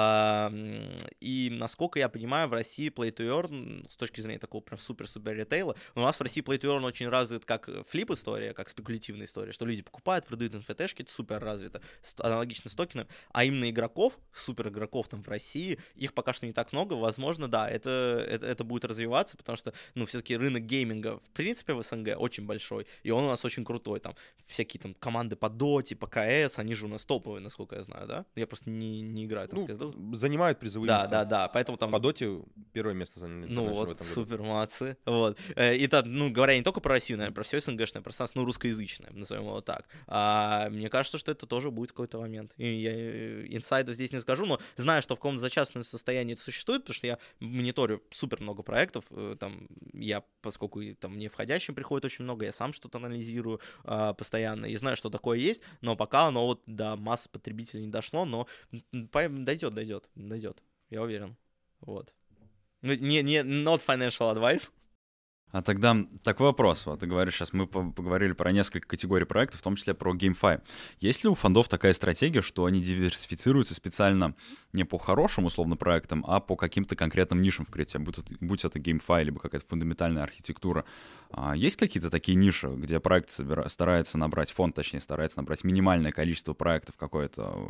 И насколько я понимаю, в России Play to Earn, с точки зрения такого прям супер-супер ритейла, у нас в России Play to Earn очень развит как флип-история, как спекулятивная история, что люди покупают, продают NFT-шки, это супер развито, аналогично с токенами, а именно игроков, супер игроков там в России, их пока что не так много, возможно, да, это будет развиваться, потому что, ну, все-таки рынок гейминга, в принципе, в СНГ очень большой, и он у нас очень крутой, там, всякие там команды по Доте, по КС, они же у нас топовые, насколько я знаю, да? Я просто не играю там в КС. Занимают призовые места. Да, поэтому там... По Доте первое место заняли. Ну вот, супер, молодцы. Вот. И это, ну, говоря не только про Россию, наверное, про все СНГшное пространство, ну, русскоязычное, назовем его так. Мне кажется, что это тоже будет в какой-то момент. И я инсайдов здесь не скажу, но знаю, что в каком-то зачаточном состоянии это существует, потому что я мониторю супер много проектов, там, поскольку там мне входящим приходит очень много, я сам что-то анализирую постоянно, и знаю, что такое есть, но пока оно вот до массы потребителей не дошло, но дойдет, я уверен. Вот. Not financial advice. А тогда такой вопрос. Вот ты говоришь, сейчас мы поговорили про несколько категорий проектов, в том числе про GameFi. Есть ли у фондов такая стратегия, что они диверсифицируются специально не по хорошим, условно, проектам, а по каким-то конкретным нишам в крипте, будь это GameFi, либо какая-то фундаментальная архитектура? Есть какие-то такие ниши, где проект старается набрать минимальное количество проектов какое-то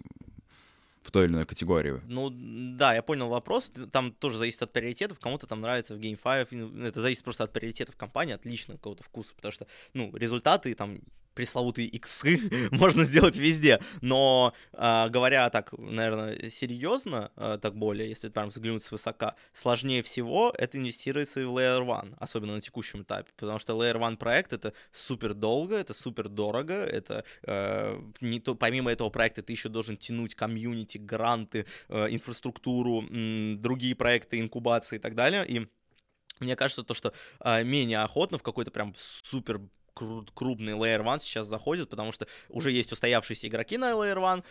в той или иной категории? Ну, да, я понял вопрос. Там тоже зависит от приоритетов. Кому-то там нравится в GameFi. Это зависит просто от приоритетов компании, от личного какого-то вкуса. Потому что, ну, результаты там пресловутые иксы можно сделать везде. Но, говоря так, наверное, серьезно, так более, если прям взглянуть свысока, сложнее всего это инвестироваться в Layer One, особенно на текущем этапе. Потому что Layer One проект — это супер долго, это супер дорого, это помимо этого проекта ты еще должен тянуть комьюнити, гранты, инфраструктуру, другие проекты, инкубации и так далее. И мне кажется, то, что менее охотно в какой-то прям супер крупный Layer One сейчас заходит, потому что уже есть устоявшиеся игроки на Layer One,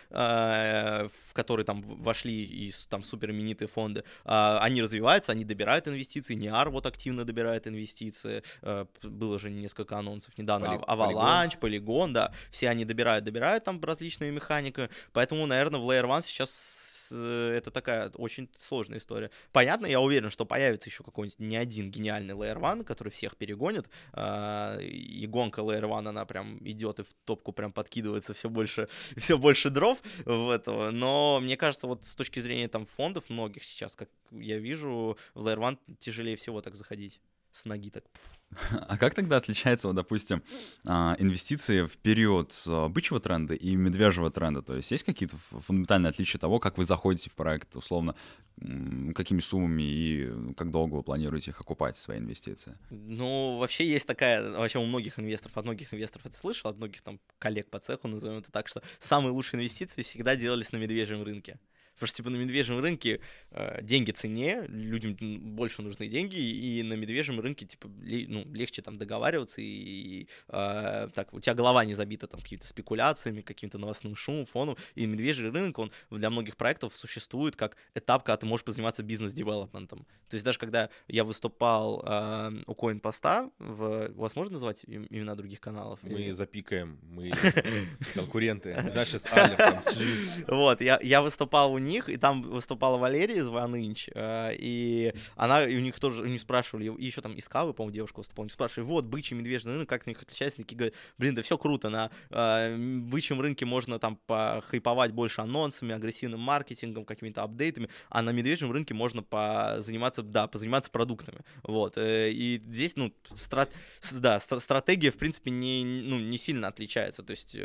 в которые там вошли и там супер именитые фонды. Они развиваются, они добирают инвестиции. NIAR вот активно добирает инвестиции. Было же несколько анонсов недавно. Avalanche, Polygon, да. Все они добирают там различные механики. Поэтому, наверное, в Layer One сейчас это такая очень сложная история. Понятно, я уверен, что появится еще какой-нибудь не один гениальный Layer 1, который всех перегонит, и гонка Layer 1, она прям идет и в топку прям подкидывается все больше дров в этого, но мне кажется, вот с точки зрения там фондов многих сейчас, как я вижу, в Layer 1 тяжелее всего так заходить. С ноги так. А как тогда отличается, вот, допустим, инвестиции в период бычьего тренда и медвежьего тренда? То есть какие-то фундаментальные отличия того, как вы заходите в проект, условно, какими суммами и как долго вы планируете их окупать, свои инвестиции? Ну, вообще есть такая, вообще у многих инвесторов, от многих инвесторов это слышал, от многих там коллег по цеху, назовем это так, что самые лучшие инвестиции всегда делались на медвежьем рынке. Потому что, типа, на медвежьем рынке деньги ценнее, людям больше нужны деньги, и на медвежьем рынке, типа, легче там договариваться, и так, у тебя голова не забита там какими-то спекуляциями, каким-то новостным шумом, фоном, и медвежий рынок, он для многих проектов существует как этап, когда ты можешь позаниматься бизнес-девелопментом. То есть даже когда я выступал у CoinPost, вас можно называть имена других каналов? Мы запикаем, мы конкуренты. Наши с Алем там. Вот, я выступал у них, и там выступала Валерия из OneInch, и она, и у них тоже, у них спрашивали, и еще там из Кавы, по-моему, девушка выступала, они спрашивали, вот, бычий, медвежий рынок, как на них отличается, такие говорят, блин, да все круто, на бычьем рынке можно там похайповать больше анонсами, агрессивным маркетингом, какими-то апдейтами, а на медвежьем рынке можно позаниматься продуктами, вот, и здесь, стратегия, в принципе, не сильно отличается, то есть,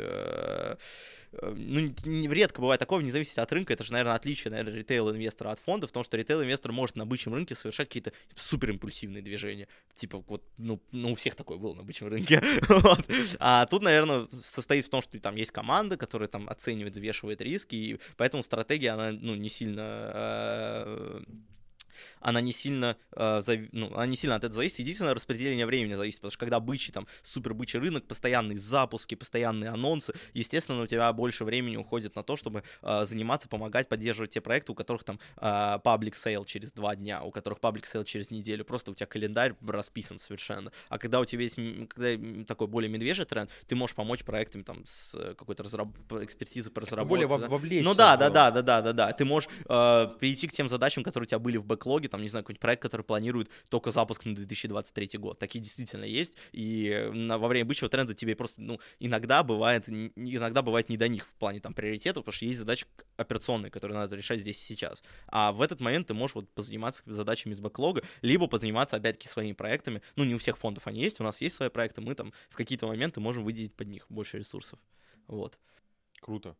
редко бывает такого, вне зависимости от рынка, это же, наверное, отличие, наверное, ритейл-инвестора от фондов, в том, что ритейл-инвестор может на бычьем рынке совершать какие-то суперимпульсивные движения. Типа, вот, у всех такое было на бычьем рынке. Вот. А тут, наверное, состоит в том, что там есть команда, которая там оценивает, взвешивает риски, и поэтому стратегия, она, не сильно... Она не сильно от этого зависит. Единственное, распределение времени зависит, потому что когда бычий, там, супер бычий рынок, постоянные запуски, постоянные анонсы, естественно, у тебя больше времени уходит на то, чтобы заниматься, помогать, поддерживать те проекты, у которых там public sale через 2 дня, у которых public sale через неделю, просто у тебя календарь расписан совершенно. А когда у тебя есть такой более медвежий тренд, ты можешь помочь проектам там с какой-то экспертизой по разработке. Более вовлечься. Ну да. Ты можешь перейти к тем задачам, которые у тебя были в бэклоге, там, не знаю, какой-нибудь проект, который планирует только запуск на 2023 год. Такие действительно есть, и во время бычьего тренда тебе просто, иногда бывает не до них в плане там приоритетов, потому что есть задачи операционные, которые надо решать здесь и сейчас. А в этот момент ты можешь вот позаниматься задачами из бэклога, либо позаниматься, опять-таки, своими проектами. Не у всех фондов они есть, у нас есть свои проекты, мы там в какие-то моменты можем выделить под них больше ресурсов. Вот. Круто.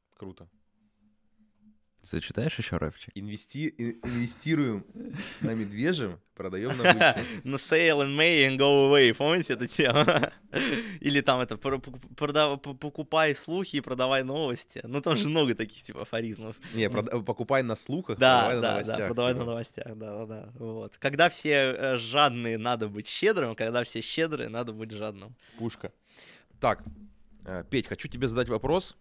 Зачитаешь еще рэпчик? Инвестируем на медвежьем, продаем на бычьем. На sale in May and go away, помните эту тему? Или там это, покупай слухи и продавай новости. Там же много таких типа афоризмов. Не, покупай на слухах, продавай на новостях. Да, продавай на новостях, да. Вот. Когда все жадные, надо быть щедрым, когда все щедрые, надо быть жадным. Пушка. Так, Петь, хочу тебе задать вопрос.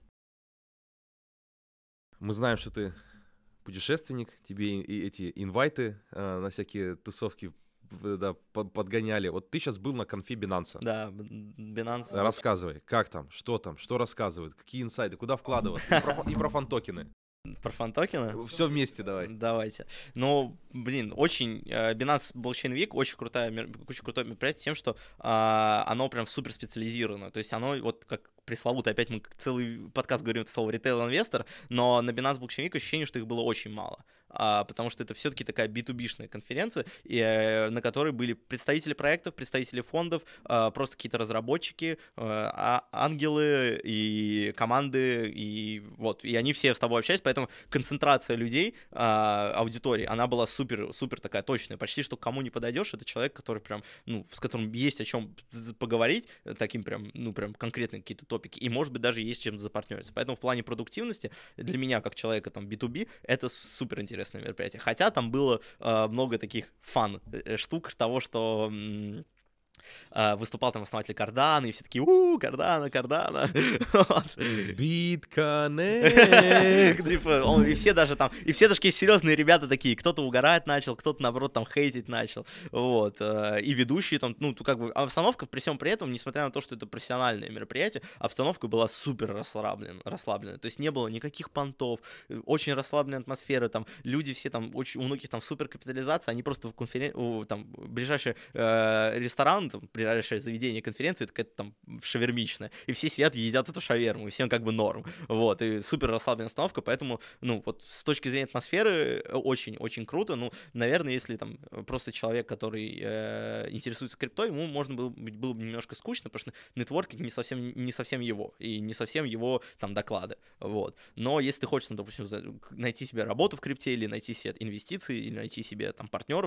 Мы знаем, что ты путешественник, тебе и эти инвайты на всякие тусовки подгоняли. Вот ты сейчас был на конфе Binance. Да, Binance. Рассказывай, как там, что рассказывают, какие инсайды, куда вкладываться, и про фан-токены. Про фан-токены? Все вместе давай. Давайте. Очень Binance Blockchain Week очень крутое мероприятие тем, что оно прям супер специализировано. То есть оно вот как пресловутый, опять мы целый подкаст говорим это слово ритейл-инвестор, но на Binance Blockchain Week ощущение, что их было очень мало. Потому что это все-таки такая B2B-шная конференция, на которой были представители проектов, представители фондов, просто какие-то разработчики, ангелы и команды, и они все с тобой общались, поэтому концентрация людей, аудитории, она была супер такая точная, почти что к кому не подойдешь, это человек, который прям, с которым есть о чем поговорить, таким прям конкретные какие-то топики, и, может быть, даже есть чем запартнериться. Поэтому в плане продуктивности для меня, как человека там B2B, это супер интересное мероприятие. Хотя там было много таких фан-штук того, что выступал там основатель Cardano, и все такие, Cardano. BitConnect. Типа, и все даже такие серьезные ребята такие, кто-то угорать начал, кто-то, наоборот, там хейтить начал, вот, и ведущие там, ну, как бы, обстановка при всем при этом, несмотря на то, что это профессиональное мероприятие, обстановка была супер расслабленная, то есть не было никаких понтов, очень расслабленная атмосфера, там, люди все там, у многих там супер капитализация, они просто там, ближайший ресторан, там, ближайшее заведение конференции, это какая-то там шавермичная, и все сидят и едят эту шаверму, и всем как бы норм, вот, и супер расслабленная обстановка, поэтому, ну, вот, с точки зрения атмосферы, очень-очень круто, ну, наверное, если там просто человек, который интересуется криптой, ему было бы немножко скучно, потому что нетворкинг не совсем его, и не совсем его, там, доклады, вот, но если ты хочешь, там, допустим, найти себе работу в крипте, или найти себе инвестиции, или найти себе, там, партнеров,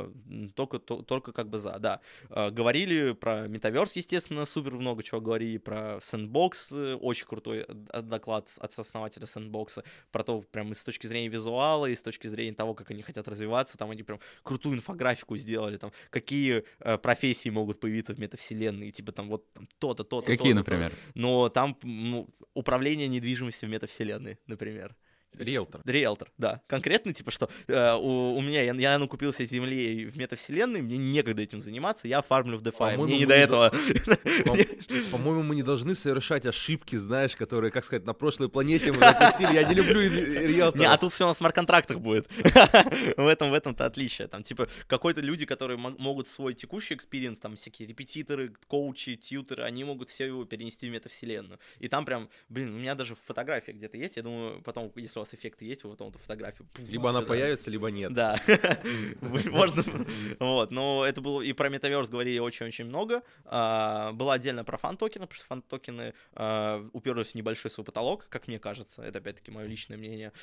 только как бы да, говорили про Metaverse, естественно, супер много чего говорили, про Sandbox, очень крутой доклад от основателя Sandbox, про то, прям и с точки зрения визуала, и с точки зрения того, как они хотят развиваться, там они прям крутую инфографику сделали, там, какие профессии могут появиться в метавселенной, типа там вот там, то-то, Какие, например? Но там управление недвижимостью в метавселенной, например. Риэлтор, да. Конкретно, типа, что у меня, я накупил себе земли в метавселенной, мне некогда этим заниматься, я фармлю в DeFi, мне не до этого. По-моему, мы не должны совершать ошибки, знаешь, которые, как сказать, на прошлой планете мы запустили. Я не люблю риэлторов. Не, а тут все на смарт-контрактах будет. В этом-то отличие. Там, типа, какой-то люди, которые могут свой текущий экспириенс, там, всякие репетиторы, коучи, тьютеры, они могут все его перенести в метавселенную. И там прям, блин, у меня даже фотография где-то есть, я думаю, потом, если у вас эффекты есть, вы потом эту фотографию... Либо она появится, либо нет. Да. Можно... Вот, но это было... И про Metaverse говорили очень-очень много. Было отдельно про фан-токены, потому что фан-токены уперлись в небольшой свой потолок, как мне кажется. Это, опять-таки, мое личное мнение.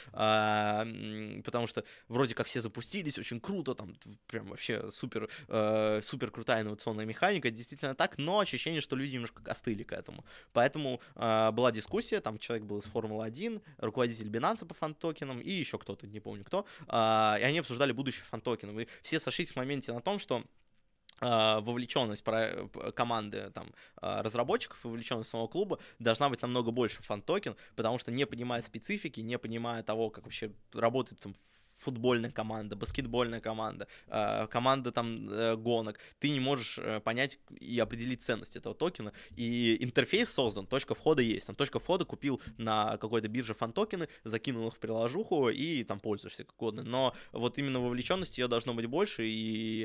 Потому что вроде как все запустились, очень круто, там прям вообще супер крутая инновационная механика, действительно так, но ощущение, что люди немножко остыли к этому. Поэтому была дискуссия, там человек был из Формулы-1, руководитель Binance по фан-токенам и еще кто-то, не помню кто, и они обсуждали будущее фан-токенов. И все сошлись в моменте на том, что вовлеченность команды там, разработчиков, вовлеченность самого клуба должна быть намного больше в фан-токен, потому что не понимая специфики, не понимая того, как вообще работает там футбольная команда, баскетбольная команда, команда там гонок, ты не можешь понять и определить ценность этого токена, и интерфейс создан, точка входа есть, там точка входа купил на какой-то бирже фан-токены, закинул их в приложуху и там пользуешься как угодно, но вот именно вовлеченности ее должно быть больше, и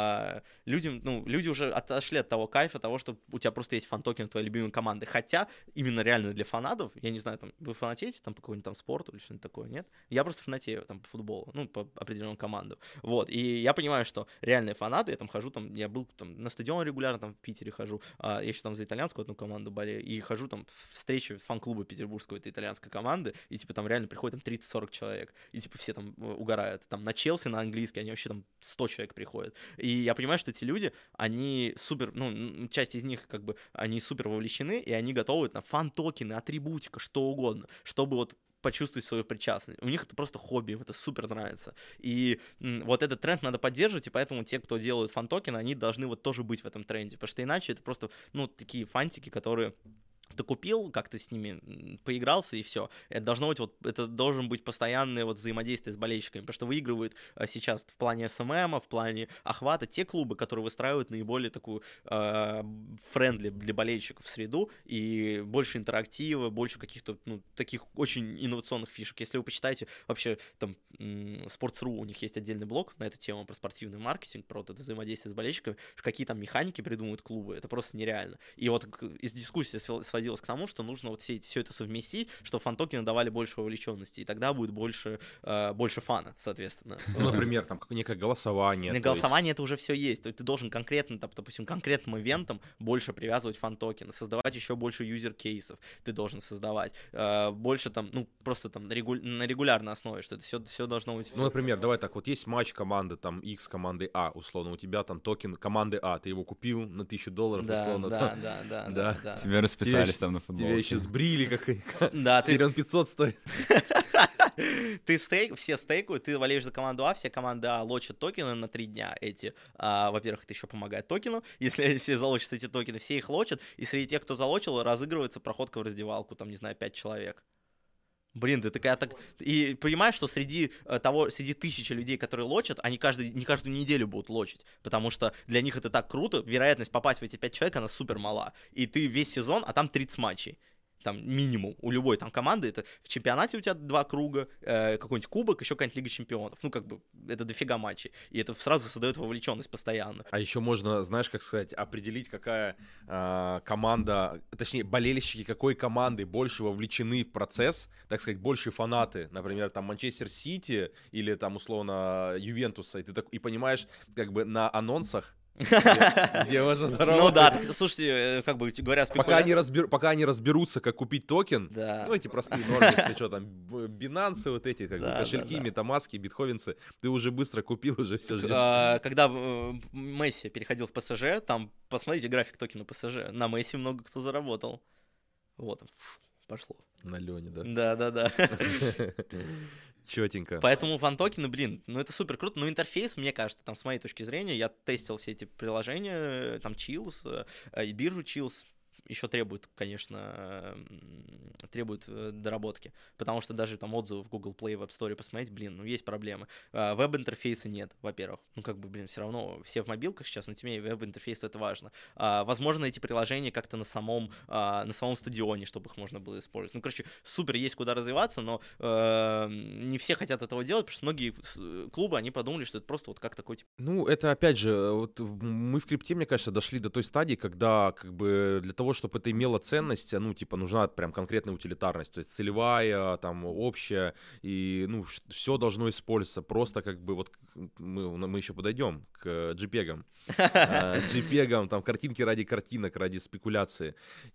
люди уже отошли от того кайфа, того, что у тебя просто есть фан-токен твоей любимой команды, хотя именно реально для фанатов, я не знаю, там, вы фанатеете там по какому-нибудь там спорту или что-нибудь такое, нет? Я просто фанатею там по футболу, ну, по определенным командам. Вот, и я понимаю, что реальные фанаты, я там хожу, там, я был там на стадион регулярно, там, в Питере хожу, я еще там за итальянскую одну команду болею, и хожу там в встречи фан-клуба петербургского этой итальянской команды, и, типа, там реально приходит там 30-40 человек, и, типа, все там угорают. Там на Челси, на английский, они вообще там 100 человек приходят. И я понимаю, что эти люди, они супер, ну, часть из них, как бы, они супер вовлечены, и они готовы на фан-токены, атрибутика, что угодно, чтобы вот почувствовать свою причастность. У них это просто хобби, им это супер нравится. И вот этот тренд надо поддерживать, и поэтому те, кто делают фан-токены, они должны вот тоже быть в этом тренде, потому что иначе это просто, ну, такие фантики, которые ты купил, как ты с ними поигрался, и все. Это должен быть постоянное вот взаимодействие с болельщиками, потому что выигрывают сейчас в плане СММ, в плане охвата те клубы, которые выстраивают наиболее такую френдли для болельщиков среду, и больше интерактива, больше каких-то, ну, таких очень инновационных фишек. Если вы почитаете вообще там Sports.ru, у них есть отдельный блог на эту тему про спортивный маркетинг, про вот это взаимодействие с болельщиками, какие там механики придумывают клубы, это просто нереально. И вот из дискуссии сводилась к тому, что нужно вот все это совместить, чтобы фан-токены давали больше вовлеченности, и тогда будет больше фана, соответственно. Ну, например, там некое голосование. Голосование это уже все есть. То есть ты должен конкретно, там, допустим, конкретным ивентам больше привязывать фан-токены, создавать еще больше юзер-кейсов ты должен создавать. Больше там, ну, просто там на регулярной основе, что это все должно быть. Ну, например, давай так, вот есть матч команды там X команды А, условно, у тебя там токен команды А, ты его купил на $1000, условно. Да. Тебя расписались. есть там на Тебя футболке. еще сбрили, как Да, ты Тирион 500 стоит. все стейкают, ты болеешь за команду А, все команды А лочат токены на 3 дня эти. Во-первых, это еще помогает токену, если все залочат эти токены, все их лочат, и среди тех, кто залочил, разыгрывается проходка в раздевалку, там, не знаю, 5 человек. Блин, ты такая так... И понимаешь, что среди тысячи людей, которые лочат, они не каждую неделю будут лочить, потому что для них это так круто, вероятность попасть в эти 5 человек, она супер мала. И ты весь сезон, а там 30 матчей. Там минимум у любой там команды, это в чемпионате у тебя 2 круга, какой-нибудь кубок, еще какая-нибудь Лига Чемпионов. Ну, как бы, это дофига матчей. И это сразу создает вовлеченность постоянно. А еще можно, знаешь, как сказать, определить, какая команда, точнее, болельщики какой команды больше вовлечены в процесс, так сказать, больше фанаты, например, там, Манчестер Сити или там, условно, Ювентуса, и ты так, и понимаешь, как бы на анонсах, где можно заработать. Ну да, слушайте, как бы говоря, пока они разберутся, как купить токен, да. ну эти простые нормисы, что там, Binance, вот эти, как бы, кошельки, метамаски, битховенцы, ты уже быстро купил, уже все ждешь. Когда Месси переходил в ПСЖ, там, посмотрите график токена ПСЖ, на Месси много кто заработал. Вот, пошло. На Лене, да? Да. Четенько. Поэтому фан-токены, блин, ну это супер круто. Но интерфейс, мне кажется, там с моей точки зрения, я тестил все эти приложения, там Chills, и биржу Chills, еще требует, конечно, доработки, потому что даже там отзывы в Google Play, в App Store посмотреть, блин, ну есть проблемы. Веб-интерфейса нет, во-первых, ну как бы, блин, все равно все в мобилках сейчас, но тем не менее веб-интерфейс это важно. Возможно, эти приложения как-то на самом стадионе, чтобы их можно было использовать. Ну, короче, супер, есть куда развиваться, но не все хотят этого делать, потому что многие клубы, они подумали, что это просто вот как такой типа... Ну, это опять же, вот мы в крипте, мне кажется, дошли до той стадии, когда как бы для того, чтобы это имело ценность, ну, типа, нужна прям конкретная утилитарность, то есть целевая, там, общая, и, ну, все должно использоваться, просто как бы, вот, мы еще подойдем к JPEG-ам, JPEG-ам, там, картинки ради картинок, ради спекуляции,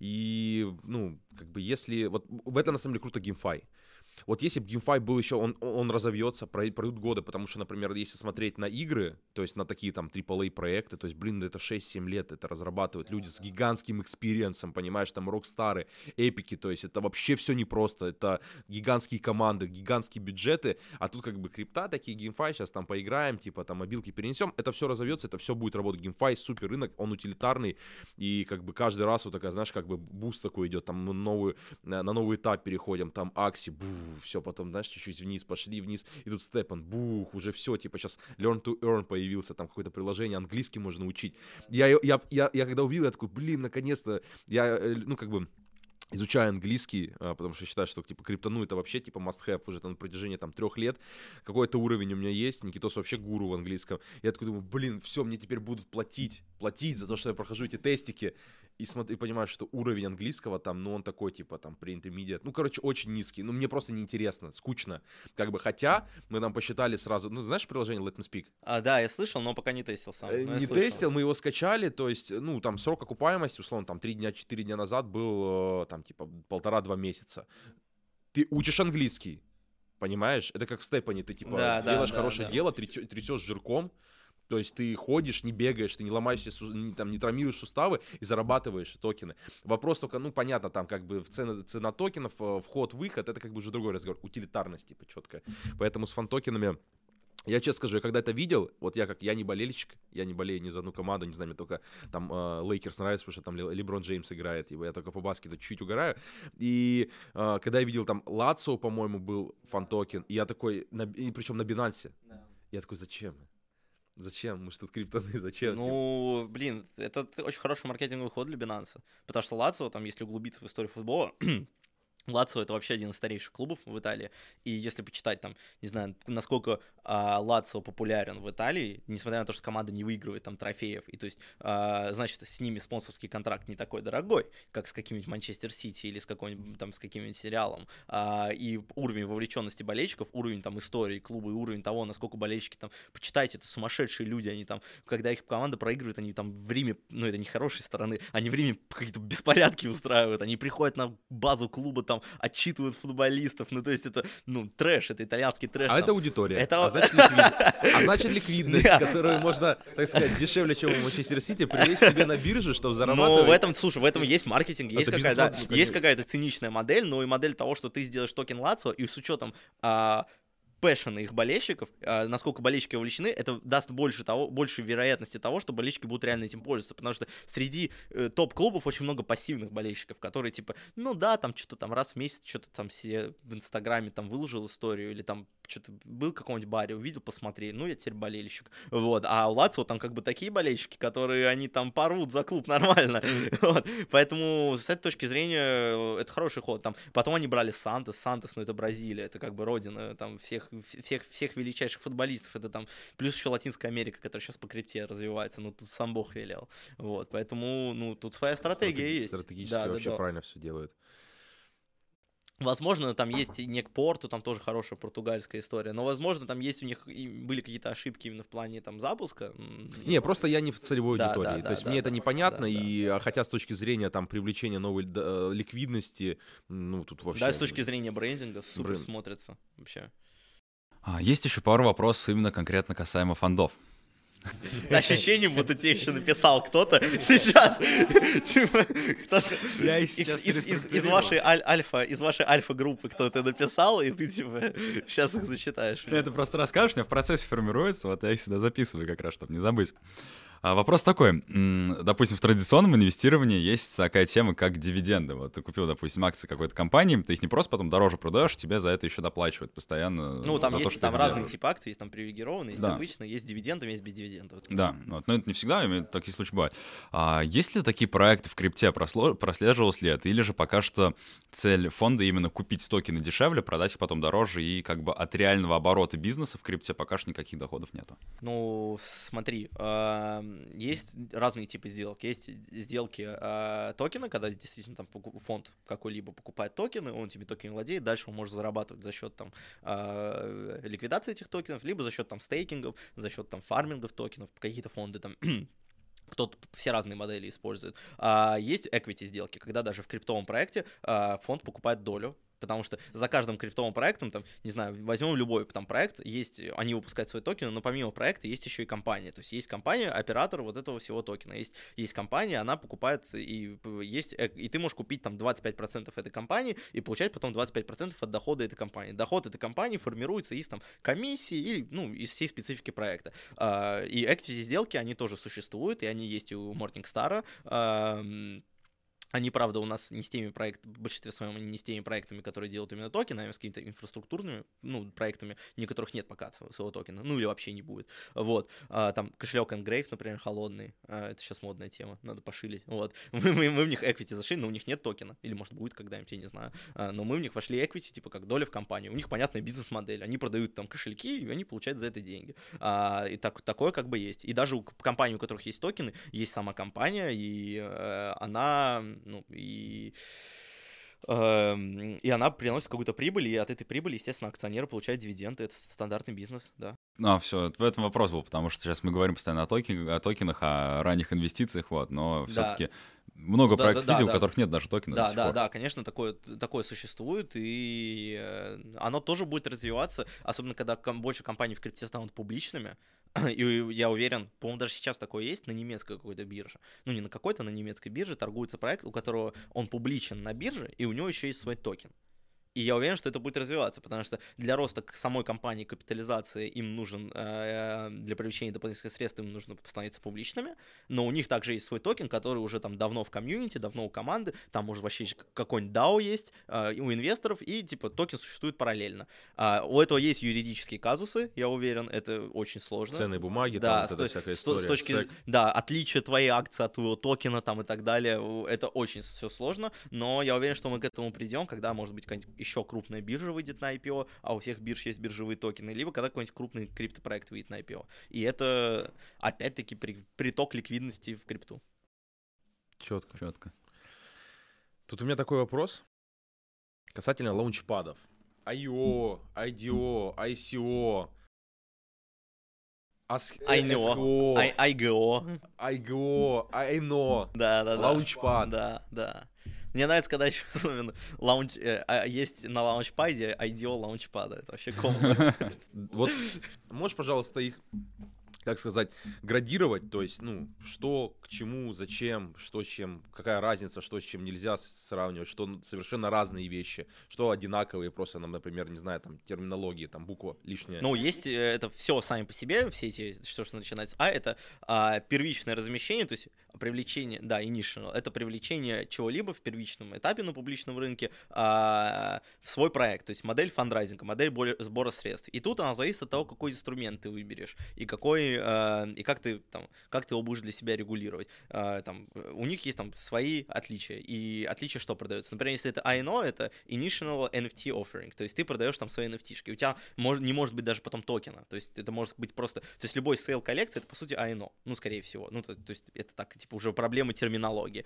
и, ну, как бы, если, вот, в этом, на самом деле, круто GameFi. Вот если бы GameFi был еще, он разовьется, пройдут годы, потому что, например, если смотреть на игры, то есть на такие там AAA проекты, то есть, блин, это 6-7 лет, это разрабатывают люди с гигантским экспириенсом, понимаешь, там рокстары, эпики, то есть это вообще все непросто, это гигантские команды, гигантские бюджеты, а тут как бы крипта, такие GameFi, сейчас там поиграем, типа там мобилки перенесем, это все разовьется, это все будет работать. GameFi супер рынок, он утилитарный, и как бы каждый раз вот такая, знаешь, как бы буст такой идет, там на новый этап переходим, там Акси, все, потом, знаешь, чуть-чуть вниз пошли, вниз, и тут Степан, бух, уже все, типа, сейчас Learn to Earn появился, там какое-то приложение, английский можно учить. Я когда увидел, я такой, блин, наконец-то, я, ну, как бы, изучаю английский, потому что считаю, что, типа, криптону это вообще, типа, must-have уже там на протяжении, там, 3 лет. Какой-то уровень у меня есть, Никитос вообще гуру в английском. Я такой думаю, блин, все, мне теперь будут платить за то, что я прохожу эти тестики. И понимаю, что уровень английского там, ну, он такой, типа, там, pre-intermediate. Ну, короче, очень низкий. Ну, мне просто неинтересно, скучно. Как бы, хотя мы там посчитали сразу, ну, знаешь приложение Let Me Speak? Да, я слышал, но пока не тестил сам. Не тестил, мы его скачали, то есть, ну, там, срок окупаемости, условно, там, 3 дня, 4 дня назад был, там, типа, 1,5-2 месяца. Ты учишь английский, понимаешь? Это как в Степане, ты, типа, делаешь хорошее дело, трясешь жирком, то есть ты ходишь, не бегаешь, ты не ломаешься, не травмируешь суставы и зарабатываешь токены. Вопрос только, ну, понятно, там как бы цена токенов, вход-выход, это как бы уже другой разговор. Утилитарность, типа, четко. Поэтому с фан-токенами... Я честно скажу, я когда это видел, вот я не болельщик, я не болею ни за одну команду, не знаю, мне только там Лейкерс нравится, потому что там Леброн Джеймс играет, я только по баскету чуть-чуть угораю. И когда я видел там Лацио, по-моему, был фан-токен, и я такой, причем на Binance, я такой, зачем? Зачем? Мы же тут криптоны, зачем? Ну, блин, это очень хороший маркетинговый ход для Binance, потому что Лацио, там, если углубиться в историю футбола, Лацио — это вообще один из старейших клубов в Италии, и если почитать там, не знаю, насколько Лацио популярен в Италии, несмотря на то, что команда не выигрывает там трофеев, и то есть, значит, с ними спонсорский контракт не такой дорогой, как с каким-нибудь Манчестер Сити или с каким-нибудь там, с каким-нибудь сериалом, и уровень вовлеченности болельщиков, уровень там истории клуба и уровень того, насколько болельщики там, почитайте, это сумасшедшие люди, они там, когда их команда проигрывает, они там в Риме, ну это не хорошей стороны, они в Риме какие-то беспорядки устраивают, они приходят на базу клуба, там отчитывают футболистов. Ну, то есть это, ну, трэш, это итальянский трэш. А там. это аудитория. Это- А значит ликвидность, которую можно, так сказать, дешевле, чем у Манчестер Сити, привлечь себе на биржу, чтобы зарабатывать. Ну, в этом, слушай, в этом есть маркетинг, есть Это какая-то, бизнес-модель, ну, есть конечно. какая-то циничная модель, но и модель того, что ты сделаешь токен Лацио, и с учетом пэшена их болельщиков, насколько болельщики вовлечены, это даст больше вероятности того, что болельщики будут реально этим пользоваться, потому что среди топ-клубов очень много пассивных болельщиков, которые типа, ну да, там что-то там раз в месяц, что-то там себе в Инстаграме там выложил историю, или там что-то был в каком-нибудь баре, увидел, посмотри, ну я теперь болельщик, вот, а у Лацио там как бы такие болельщики, которые они там порвут за клуб нормально, вот, поэтому с этой точки зрения это хороший ход, там, потом они брали Сантос, ну это Бразилия, это как бы родина там всех величайших футболистов, это там, плюс еще Латинская Америка, которая сейчас по крипте развивается, ну тут сам Бог велел, вот, поэтому, ну, тут своя стратегия есть. Стратегически Да, вообще да. правильно все делают. Возможно, там есть и Некпорту, там тоже хорошая португальская история, но, возможно, там есть у них и были какие-то ошибки именно в плане там запуска. Не, просто я не в целевой Да, аудитории. да, То есть да, мне да, это непонятно, да, и хотя с точки зрения там привлечения новой ликвидности, ну тут вообще... Да, и с точки зрения брендинга супер Бренд. смотрится вообще. Есть еще пару вопросов именно конкретно касаемо фондов. Ощущение, будто тебе еще написал кто-то сейчас. Типа, кто-то Я и из вашей альфа-группы кто-то написал, и ты типа сейчас их зачитаешь. Это просто расскажешь, у меня в процессе формируется, вот я их сюда записываю как раз, чтобы не забыть. Вопрос такой, допустим, в традиционном инвестировании есть такая тема, как дивиденды. Вот ты купил, допустим, акции какой-то компании, ты их не просто потом дороже продаешь, тебе за это еще доплачивают постоянно. Ну, там за то, есть что там ты разные делаешь. типы акций, есть там привилегированные, есть Да. обычные, есть дивиденды, есть без дивидендов. Да, вот, но это не всегда, такие случаи бывают. Есть ли такие проекты в крипте, прослеживалось ли это, или же пока что цель фонда именно купить токены дешевле, продать их потом дороже, и как бы от реального оборота бизнеса в крипте пока что никаких доходов нету? Ну, смотри, есть разные типы сделок. Есть сделки токена, когда действительно там фонд какой-либо покупает токены, он этими токенами владеет, дальше он может зарабатывать за счет там ликвидации этих токенов, либо за счет там стейкингов, за счет там фармингов токенов, какие-то фонды там кто-то все разные модели использует. Есть equity сделки, когда даже в криптовом проекте фонд покупает долю, потому что за каждым криптовым проектом, там, не знаю, возьмем любой там проект, есть, они выпускают свои токены, но помимо проекта есть еще и компания, то есть есть компания, оператор вот этого всего токена, есть компания, она покупает, и ты можешь купить там 25% этой компании и получать потом 25% от дохода этой компании. Доход этой компании формируется из там комиссии и, ну, из всей специфики проекта. И equity сделки, они тоже существуют, и они есть у Morningstar. Они, правда, у нас не с теми проектами, в большинстве своем они не с теми проектами, которые делают именно токены, а с какими-то инфраструктурными, ну, проектами, ни которых нет пока своего токена, ну, или вообще не будет. Вот. Там кошелек Engrave, например, холодный, это сейчас модная тема, надо пошилить. Вот. Мы в них equity зашли, но у них нет токена, или, может, будет когда-нибудь, я не знаю. Но мы в них вошли equity, типа, как доля в компании. У них понятная бизнес-модель, они продают там кошельки, и они получают за это деньги. И такое как бы есть. И даже у компаний, у которых есть токены, есть сама компания, и она... Ну, и она приносит какую-то прибыль, и от этой прибыли, естественно, акционеры получают дивиденды. Это стандартный бизнес, да. Все, в этом вопрос был, потому что сейчас мы говорим постоянно о токенах, о ранних инвестициях, вот, но все-таки много проектов видел, у которых нет даже токенов до сих пор. Да, конечно, такое существует, и оно тоже будет развиваться, особенно когда больше компаний в крипте станут публичными. И я уверен, по-моему, даже сейчас такое есть на немецкой какой-то бирже. Ну, не на какой-то, на немецкой бирже торгуется проект, у которого он публичен на бирже, и у него еще есть свой токен. И я уверен, что это будет развиваться, потому что для роста самой компании, капитализации им нужен, для привлечения дополнительных средств им нужно становиться публичными, но у них также есть свой токен, который уже там давно в комьюнити, давно у команды, там может вообще какой-нибудь DAO есть у инвесторов, и типа токен существует параллельно. У этого есть юридические казусы, я уверен, это очень сложно. Ценные бумаги, да, там вот эта всякая история. С точки, да, отличие твоей акции от твоего токена там и так далее, это очень все сложно, но я уверен, что мы к этому придем, когда, может быть, еще крупная биржа выйдет на IPO, а у всех бирж есть биржевые токены, либо когда какой-нибудь крупный криптопроект выйдет на IPO. И это, опять-таки, приток ликвидности в крипту. Четко. Тут у меня такой вопрос касательно лаунчпадов. IO, IDO, ICO, IGO. IGO, INO, Да. лаунчпад. Да. Мне нравится, когда еще особенно есть на лаунчпаде IDO лаунчпада. Это вообще комбо. Вот можешь, пожалуйста, их, как сказать, градировать, то есть, ну, что к чему, зачем, что с чем, какая разница, что с чем нельзя сравнивать, что совершенно разные вещи, что одинаковые, просто нам, например, не знаю, там, терминологии, там, буква лишняя. Ну, есть это все сами по себе, все эти, что начинается, это первичное размещение, то есть привлечение, да, initial, это привлечение чего-либо в первичном этапе на публичном рынке в свой проект, то есть модель фандрайзинга, модель сбора средств. И тут она зависит от того, какой инструмент ты выберешь и как ты его будешь для себя регулировать. Там, у них есть там свои отличия. И отличия что продается? Например, если это INO, это Initial NFT Offering, то есть ты продаешь там свои NFT-шки. У тебя не может быть даже потом токена. То есть это может быть просто... То есть любой сейл коллекции это по сути INO. Ну, скорее всего. Ну, то есть это так, типа, уже проблемы терминологии.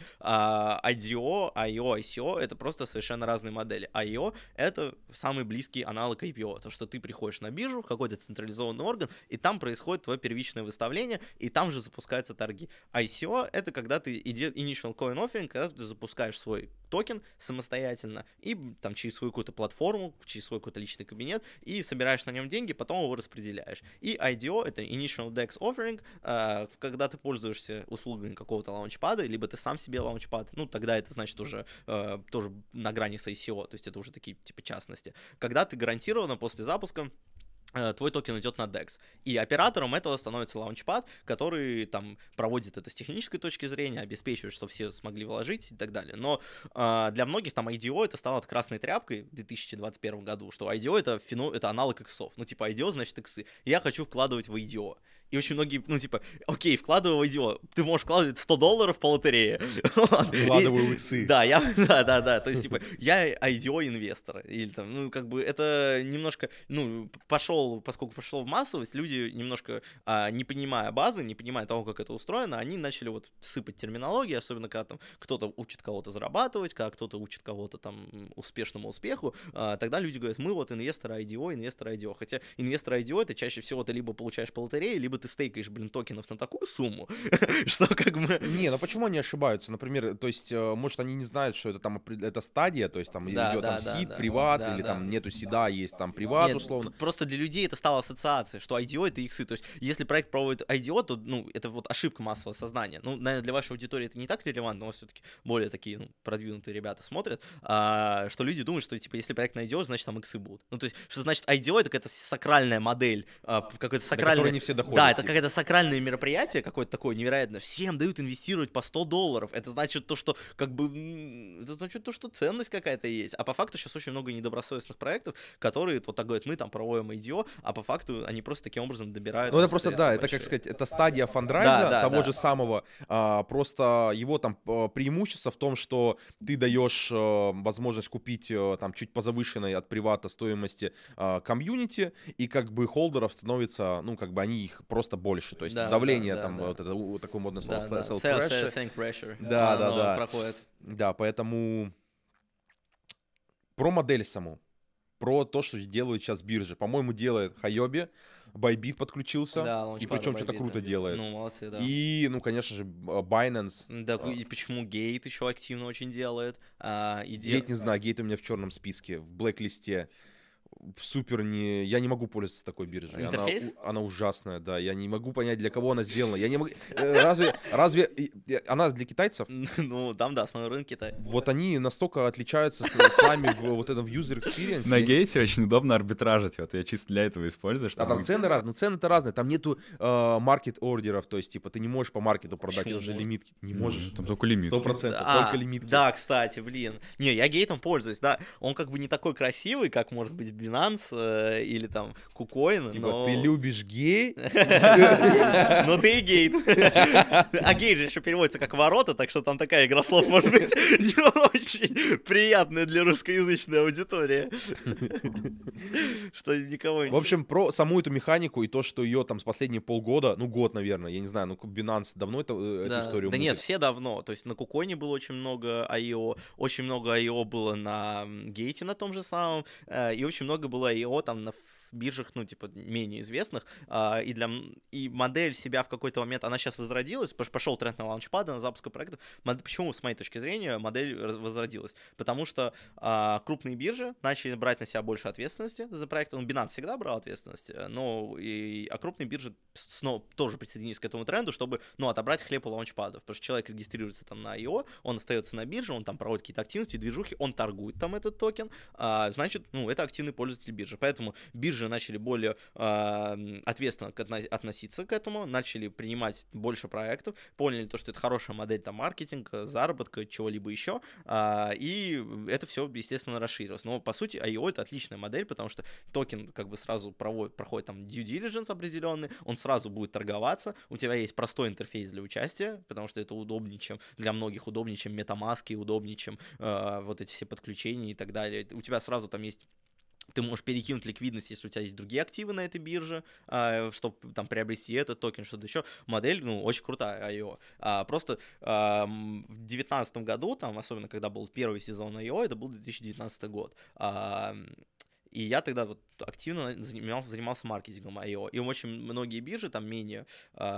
IDO, IO, ICO это просто совершенно разные модели. IO это самый близкий аналог IPO. То, что ты приходишь на биржу, в какой-то централизованный орган, и там происходит твое первичное выставление, и там же запускаются торги. ICO это когда ты Initial Coin Offering, когда ты запускаешь свой токен самостоятельно и там через свою какую-то платформу, через свой какой-то личный кабинет и собираешь на нем деньги, потом его распределяешь. И IDO это Initial DEX Offering, когда ты пользуешься услугами какого-то лаунчпада, либо ты сам себе лаунчпад, ну тогда это значит уже тоже на грани с ICO, то есть это уже такие типа частности. Когда ты гарантированно после запуска твой токен идет на DEX. И оператором этого становится Launchpad, который там проводит это с технической точки зрения, обеспечивает, что все смогли вложить и так далее. Но для многих там IDO это стало красной тряпкой в 2021 году, что IDO это аналог иксов. Ну типа IDO значит иксы. Я хочу вкладывать в IDO. И очень многие, ну, типа, окей, вкладывай в IDO. Ты можешь вкладывать $100 по лотерее. Вкладываю в иксы. Да. То есть, типа, я IDO-инвестор. Или там, ну, как бы, это немножко, ну, поскольку пошел в массовость, люди немножко, не понимая базы, не понимая того, как это устроено, они начали вот сыпать терминологии, особенно когда там кто-то учит кого-то зарабатывать, когда кто-то учит кого-то там успешному успеху, тогда люди говорят, мы вот инвестор IDO. Хотя инвестор IDO это чаще всего ты либо получаешь по лотерее, либо ты стейкаешь, токенов на такую сумму, что как бы... Не, ну почему они ошибаются? Например, то есть, может, они не знают, что это там это стадия, то есть там идет там сид, приват, или там нету сида, есть там приват, условно. Просто для людей это стало ассоциацией, что IDO это иксы. То есть, если проект проводит IDO, то, ну, это вот ошибка массового сознания. Ну, наверное, для вашей аудитории это не так релевантно, но все-таки более такие, ну, продвинутые ребята смотрят, что люди думают, что, типа, если проект на IDO, значит, там иксы будут. Ну, то есть, что значит IDO, это какая-то сакральная модель, какой-то сакральный... До которой не все доходят. Да, это какое-то сакральное мероприятие, какое-то такое невероятное. Всем дают инвестировать по $100. Это значит то, что как бы это значит то, что ценность какая-то есть. А по факту сейчас очень много недобросовестных проектов, которые вот так говорят, мы там проводим IDO, а по факту они просто таким образом добирают. Ну это просто, да, это, как сказать, это стадия фандрайза того же самого. Просто его там преимущество в том, что ты даешь возможность купить там чуть по завышенной от привата стоимости комьюнити, и как бы холдеров становится, ну как бы они их просто больше, то есть давление там, вот это такое модное слово, selling pressure. Да. Проходит. Да, поэтому про модель саму, про то, что делают сейчас биржи. По-моему, делает Huobi, Bybit подключился, и причем что-то круто делает. Ну, молодцы, да. И, ну, конечно же, Binance. Да, и почему Gate еще активно очень делает. Gate, не знаю, Gate у меня в черном списке, в блэк-листе. Супер не... Я не могу пользоваться такой биржей. Она ужасная, да. Я не могу понять, для кого она сделана. Я не могу... Разве она для китайцев? Ну, там, да, основной рынок Китая. Вот они настолько отличаются с нами в этом user experience. На гейте очень удобно арбитражить. Вот я чисто для этого использую. А там цены разные. Ну, цены-то разные. Там нету маркет-ордеров. То есть, типа, ты не можешь по маркету продать. Это же лимитки. Не можешь. Там только лимитки. 100%. Только лимитки. Да, кстати, блин. Не, я гейтом пользуюсь, да. Он как бы не такой красивый, как может быть Binance или там KuCoin, типа, но... ты любишь гей? Но ты и гейт. А гейт же еще переводится как ворота, так что там такая игра слов может быть не очень приятная для русскоязычной аудитории. Что никого не... В общем, про саму эту механику и то, что ее там с последние полгода, ну год, наверное, я не знаю, ну Binance давно эту историю... Да нет, все давно. То есть на KuCoin было очень много IO, очень много IO было на гейте на том же самом, и очень много было IO там на биржах, ну, типа, менее известных, и модель себя в какой-то момент, она сейчас возродилась, пошел тренд на лаунчпады, на запуск проектов. Почему, с моей точки зрения, модель возродилась? Потому что крупные биржи начали брать на себя больше ответственности за проекты. Ну, Binance всегда брал ответственность, а крупные биржи снова тоже присоединились к этому тренду, чтобы, ну, отобрать хлеб у лаунчпадов, потому что человек регистрируется там на IO, он остается на бирже, он там проводит какие-то активности, движухи, он торгует там этот токен, значит, ну, это активный пользователь биржи. Поэтому биржи начали более ответственно относиться к этому, начали принимать больше проектов, поняли то, что это хорошая модель там маркетинга, заработка, чего-либо еще, и это все, естественно, расширилось. Но, по сути, IO — это отличная модель, потому что токен как бы сразу проходит там due diligence определенный, он сразу будет торговаться, у тебя есть простой интерфейс для участия, потому что это удобнее, чем для многих, удобнее, чем MetaMask, удобнее, чем вот эти все подключения и так далее. У тебя сразу там есть... Ты можешь перекинуть ликвидность, если у тебя есть другие активы на этой бирже, чтобы там приобрести этот токен, что-то еще. Модель, ну, очень крутая, IO. Просто в 2019 году, там, особенно когда был первый сезон IO, это был 2019 год. И я тогда вот активно занимался маркетингом IO. И очень многие биржи, там, менее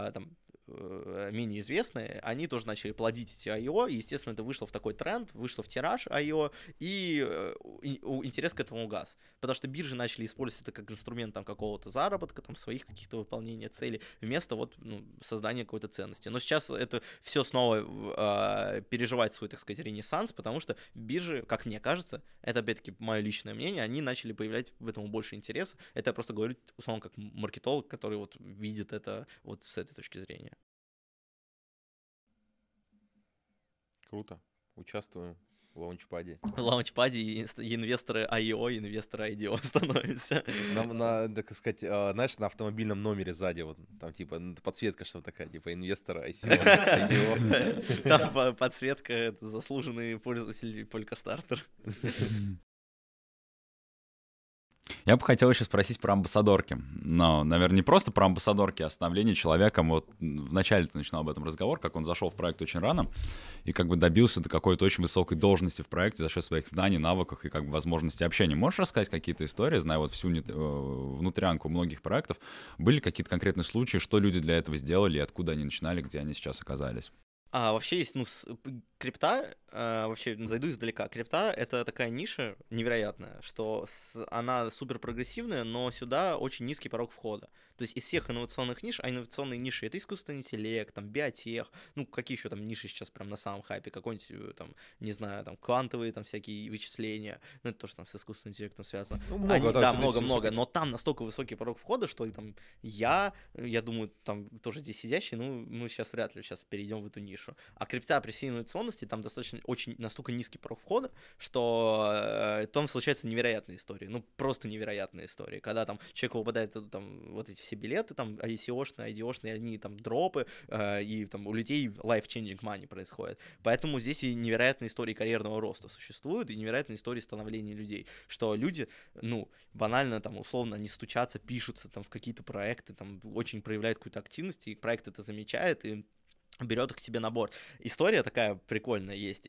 известные, они тоже начали плодить эти IO, и, естественно, это вышло в такой тренд, вышло в тираж IO, и интерес к этому угас. Потому что биржи начали использовать это как инструмент там какого-то заработка, там своих каких-то выполнения целей, вместо вот, ну, создания какой-то ценности. Но сейчас это все снова переживает свой, так сказать, ренессанс, потому что биржи, как мне кажется, это, опять-таки, мое личное мнение, они начали появлять в этом больше интереса. Это я просто говорю, условно, как маркетолог, который вот видит это вот с этой точки зрения. Круто. Участвуем в лаунчпаде. В лаунчпаде инвесторы IO, инвесторы IDO становятся. Нам, так сказать, знаешь, на автомобильном номере сзади вот там типа подсветка что такая, типа инвестор ICO. Там подсветка — это заслуженный пользователь Polkastarter. Я бы хотел еще спросить про амбассадорки. Но, наверное, не просто про амбассадорки, а становление человеком. Вот вначале ты начинал об этом разговор, как он зашел в проект очень рано и как бы добился до какой-то очень высокой должности в проекте за счет своих знаний, навыков и как бы возможности общения. Можешь рассказать какие-то истории, зная вот всю внутрянку многих проектов? Были какие-то конкретные случаи, что люди для этого сделали, откуда они начинали, где они сейчас оказались? Вообще есть, ну, крипта, вообще зайду издалека. Крипта — это такая ниша невероятная, что она супер прогрессивная, но сюда очень низкий порог входа. То есть из всех инновационных ниш, а инновационные ниши — это искусственный интеллект, там, биотех, ну, какие еще там ниши сейчас прям на самом хайпе, какой-нибудь там, не знаю, там, квантовые там всякие вычисления, ну, это тоже там с искусственным интеллектом связано. Ну, много, но там настолько высокий порог входа, что там я думаю, там тоже здесь сидящие, ну, мы сейчас вряд ли сейчас перейдем в эту нишу. А крипта при всей инновационности, там достаточно очень настолько низкий порог входа, что там случаются невероятные истории, ну, просто невероятные истории, когда там человеку выпадает там вот эти все билеты, там, ICO-шные, IDO-шные, они там дропы, и там у людей life-changing money происходит. Поэтому здесь и невероятные истории карьерного роста существуют, и невероятные истории становления людей, что люди, ну, банально, там, условно, не стучатся, пишутся там в какие-то проекты, там, очень проявляют какую-то активность, и проект это замечает, и берет их к себе на борт. История такая прикольная есть.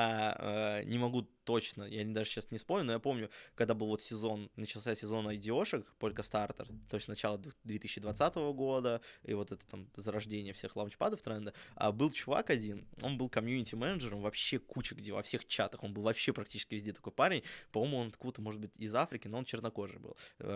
Я не могу точно, я даже сейчас не вспомню, но я помню, когда был вот начался сезон IDO-шек, Polkastarter, то есть начало 2020 года, и вот это там зарождение всех лаунчпадов тренда, был чувак один, он был комьюнити-менеджером вообще куча где, во всех чатах, он был вообще практически везде такой парень, по-моему, он откуда-то, может быть, из Африки, но он чернокожий был.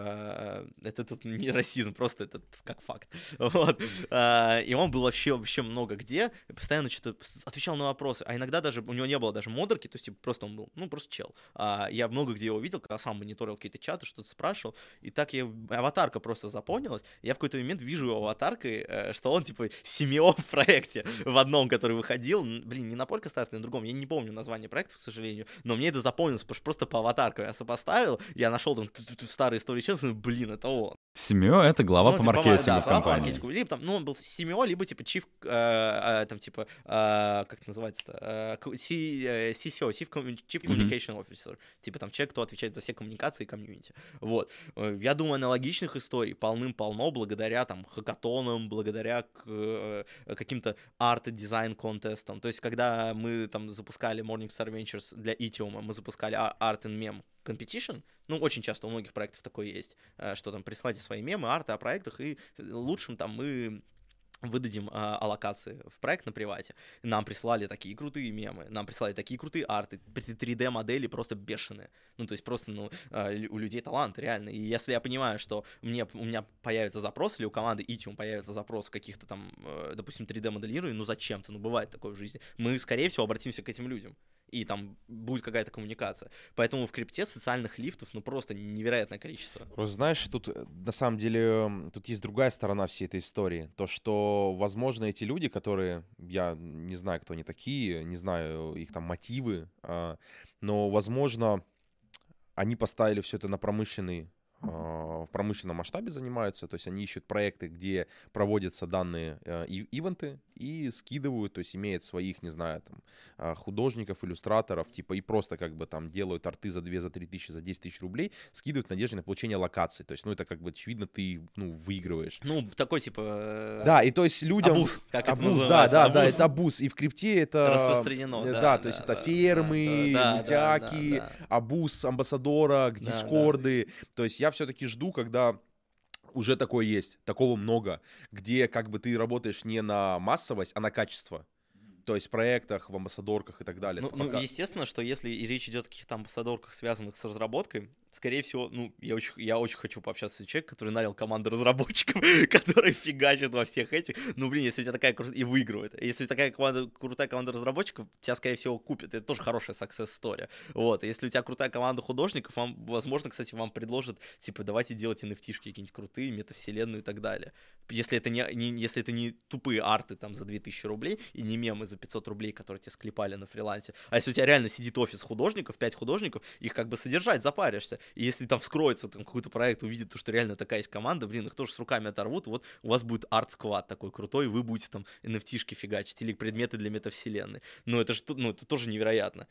Это тут не расизм, просто это как факт. Вот. И он был вообще много где, постоянно что-то отвечал на вопросы, а иногда даже, у него не было даже модерки, то есть типа, просто он был, ну, просто чел. Я много где его видел, когда сам мониторил какие-то чаты, что-то спрашивал, и так аватарка просто запомнилась, я в какой-то момент вижу его аватаркой, что он, типа, Симео в проекте, в одном, который выходил, блин, не на Polkastarter, на другом, я не помню название проекта, к сожалению, но мне это запомнилось просто по аватарке, я сопоставил, я нашел там старые истории честно, блин, это он. Симео — это глава по маркетингу в компании. Либо там, ну, он был Симео, либо типа Chief, там типа, как это называется-то, CCO, Chief communication officer, типа там человек, кто отвечает за все коммуникации комьюнити. Вот. Я думаю, аналогичных историй полным-полно благодаря там хакатонам, благодаря каким-то арт-дизайн-контестам. То есть, когда мы там запускали Morningstar Ventures для Itium, мы запускали Art and Meme Competition, ну, очень часто у многих проектов такое есть, что там присылайте свои мемы, арты о проектах, и лучшим там мы выдадим аллокации в проект на привате. Нам прислали такие крутые мемы, нам прислали такие крутые арты, 3D-модели просто бешеные. Ну, то есть просто, у людей талант, реально. И если я понимаю, что у меня появится запрос, или у команды Itium появится запрос в каких-то там, допустим, 3D-моделирований, зачем-то, бывает такое в жизни, мы, скорее всего, обратимся к этим людям. И там будет какая-то коммуникация. Поэтому в крипте социальных лифтов, просто невероятное количество. Просто знаешь, тут на самом деле, тут есть другая сторона всей этой истории. То, что, возможно, эти люди, которые, я не знаю, кто они такие, не знаю их там мотивы, но, возможно, они поставили все это на в промышленном масштабе занимаются, то есть они ищут проекты, где проводятся данные ивенты и скидывают, то есть имеют своих, не знаю, там, художников, иллюстраторов, типа, и просто как бы там делают арты за 2, за 3 тысячи, за 10 тысяч рублей, скидывают в надежде на получение локаций, то есть, это как бы очевидно ты, выигрываешь. Такой, типа... Да, и то есть людям... Абуз, как это абуз, называется. да, это абуз, и в крипте это... Распространено, да. То есть это фермы, мультяки, абуз амбассадора, дискорды, то есть я все-таки жду, когда уже такое есть, такого много, где как бы ты работаешь не на массовость, а на качество. То есть в проектах, в амбассадорках и так далее. Естественно, что если и речь идет о каких-то амбассадорках, связанных с разработкой, скорее всего, я очень хочу пообщаться с человеком, который нанял команду разработчиков, который фигачит во всех этих. Если у тебя такая крутая... И выигрывает. Если такая крутая команда разработчиков, тебя, скорее всего, купят. Это тоже хорошая success story. Вот. Если у тебя крутая команда художников, возможно, кстати, вам предложат, типа, давайте делать NFT-шки какие-нибудь крутые, метавселенную и так далее. Если это не тупые арты там за 2000 рублей и не мемы за 500 рублей, которые тебе склепали на фрилансе, а если у тебя реально сидит офис художников, 5 художников, их как бы содержать запаришься. И если там вскроется какой-то проект, увидит, что реально такая есть команда, их тоже с руками оторвут, и вот у вас будет арт-сквад такой крутой, и вы будете там NFT-шки фигачить или предметы для метавселенной. Это тоже невероятно.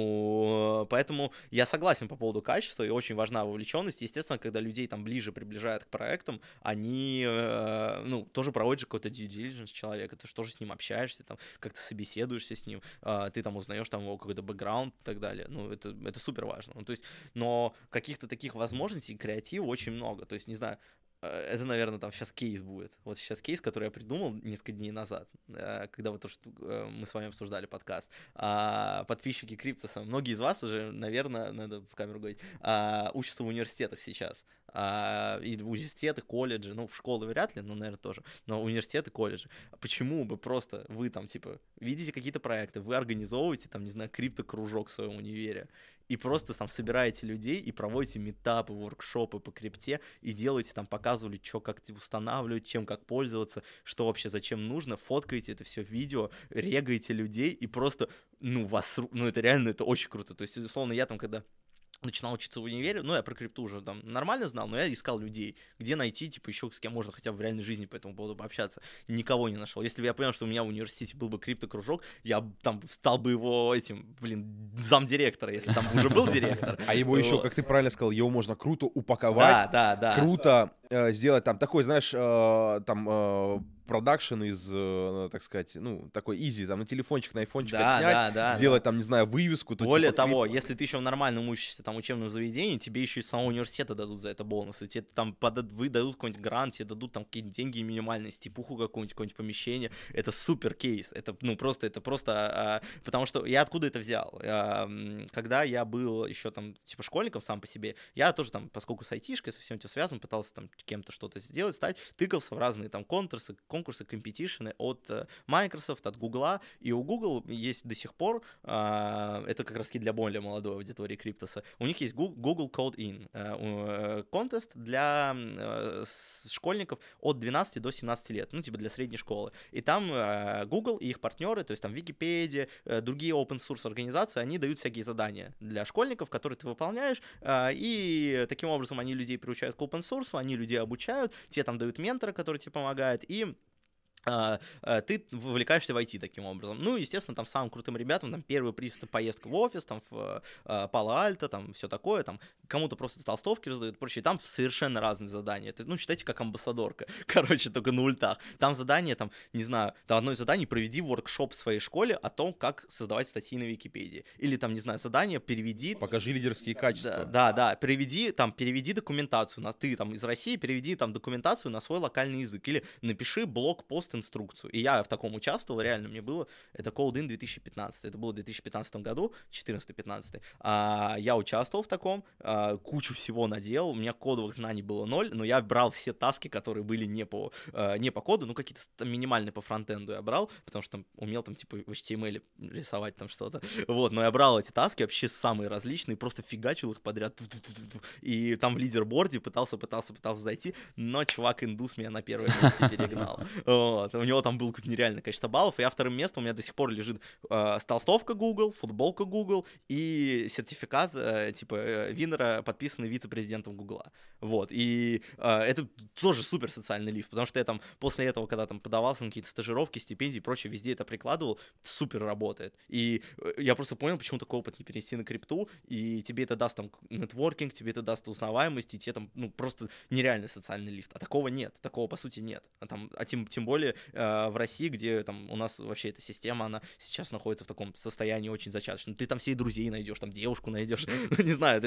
Поэтому я согласен по поводу качества, и очень важна вовлеченность. Естественно, когда людей там ближе приближают к проектам, они, тоже проводят же какой-то due diligence человека, ты же тоже с ним общаешься, там, как-то собеседуешься с ним, ты там узнаешь там его какой-то бэкграунд и так далее. Это супер важно. Но каких-то таких возможностей, креатива очень много. То есть, не знаю, это, наверное, там сейчас кейс будет. Вот сейчас кейс, который я придумал несколько дней назад, когда мы с вами обсуждали подкаст. Подписчики Криптоса, многие из вас уже, наверное, надо в камеру говорить, учатся в университетах сейчас. И в университеты, колледжи, в школы вряд ли, наверное, тоже, но университеты, колледжи. Почему бы просто вы там, типа, видите какие-то проекты, вы организовываете, там, не знаю, крипто-кружок в своем универе, и просто там собираете людей и проводите митапы, воркшопы по крипте, и делаете там, показывали, что как устанавливать, чем как пользоваться, что вообще зачем нужно, фоткаете это все в видео, регаете людей, и просто, это реально, это очень круто. То есть, условно, я там, когда начинал учиться в универе, я про крипту уже там нормально знал, но я искал людей, где найти, типа, еще с кем можно хотя бы в реальной жизни по этому поводу пообщаться. Никого не нашел. Если бы я понял, что у меня в университете был бы крипто-кружок, я там стал бы его замдиректора, если там уже был директор. А его еще, как ты правильно сказал, его можно круто упаковать, круто сделать там такой, знаешь, продакшн из, так сказать, такой изи, там на телефончик, на айфончик снять, сделать там, не знаю, вывеску. Более того, если ты еще в нормальном учишься там учебном заведении, тебе еще из самого университета дадут за это бонусы, тебе там выдадут какой-нибудь грант, тебе дадут там какие-нибудь деньги минимальные, стипуху какое-нибудь помещение, это супер кейс, это просто, потому что я откуда это взял? Когда я был еще там, типа, школьником сам по себе, я тоже там, поскольку с айтишкой, со всем этим связан, пытался там кем-то что-то сделать, тыкался в разные там конкурсы, компетишены от Microsoft, от Google, и у Google есть до сих пор, это как раз для более молодой аудитории Криптоса, у них есть Google Code In, контест для школьников от 12 до 17 лет, типа для средней школы, и там Google и их партнеры, то есть там Википедия, другие open-source организации, они дают всякие задания для школьников, которые ты выполняешь, и таким образом они людей приучают к open-source, они людей обучают, тебе там дают ментора, который тебе помогает, и ты вовлекаешься в IT таким образом. Ну, естественно, там самым крутым ребятам, там первый приз — это поездка в офис, там в Пало-Альто, там все такое, там кому-то просто толстовки раздают и прочее. Там совершенно разные задания. Это, ну, считайте, как амбассадорка. Короче, только на ультах. Там задание, там, не знаю, там одно из заданий — проведи воркшоп в своей школе о том, как создавать статьи на Википедии. Или там, не знаю, задание переведи... Покажи лидерские качества. Да, переведи документацию. Ты там из России переведи там документацию на свой локальный язык. Или напиши блог-пост, инструкцию. И я в таком участвовал, реально мне было, это Code-In 2015, это было в 2015 году, 14-15, я участвовал в таком, кучу всего наделал, у меня кодовых знаний было 0, но я брал все таски, которые были не по коду, ну какие-то там минимальные по фронтенду я брал, потому что там умел там типа в HTML рисовать там что-то, вот, но я брал эти таски вообще самые различные, просто фигачил их подряд, и там в лидерборде пытался зайти, но чувак-индус меня на первое место перегнал. Вот. У него там было какое-то нереальное количество баллов, и я вторым местом, у меня до сих пор лежит толстовка Google, футболка Google и сертификат Виннера, подписанный вице-президентом Гугла. Вот, и это тоже супер социальный лифт, потому что я там после этого, когда там подавался на какие-то стажировки, стипендии и прочее, везде это прикладывал, супер работает. И я просто понял, почему такой опыт не перенести на крипту, и тебе это даст там нетворкинг, тебе это даст узнаваемость, и тебе там, ну, просто нереальный социальный лифт. А такого нет, такого по сути нет. Тем более в России, где там у нас вообще эта система, она сейчас находится в таком состоянии очень зачаточном. Ты там всей друзей найдешь, там девушку найдешь, не знаю,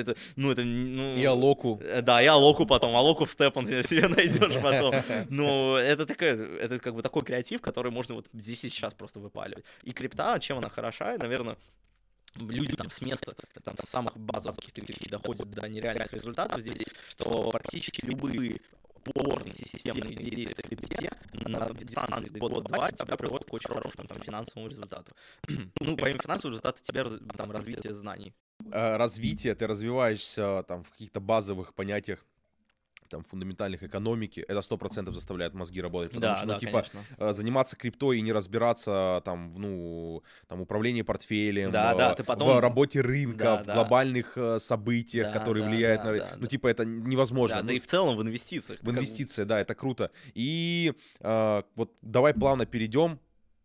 И Алоку. Да, и Алоку потом, Алоку в Степан себе найдешь потом. Ну, это как бы такой креатив, который можно вот здесь и сейчас просто выпаливать. И крипта, чем она хороша, наверное, люди там с места, там с самых базовых каких-то доходят до нереальных результатов здесь, что практически любые упорные системные действия в крипте на дистанции год-два тебя приводят к очень хорошему там финансовому результату. Ну, помимо финансового результата, тебе там развитие знаний. Развитие, ты развиваешься там в каких-то базовых понятиях, там, фундаментальных экономики, это 100% заставляет мозги работать, потому что, конечно. Заниматься криптой и не разбираться там, там, управлении портфелем, ты потом... в работе рынка, в глобальных событиях, которые влияют на... это невозможно. Да и в целом в инвестициях. В инвестиции, да, это круто. И вот давай плавно перейдем.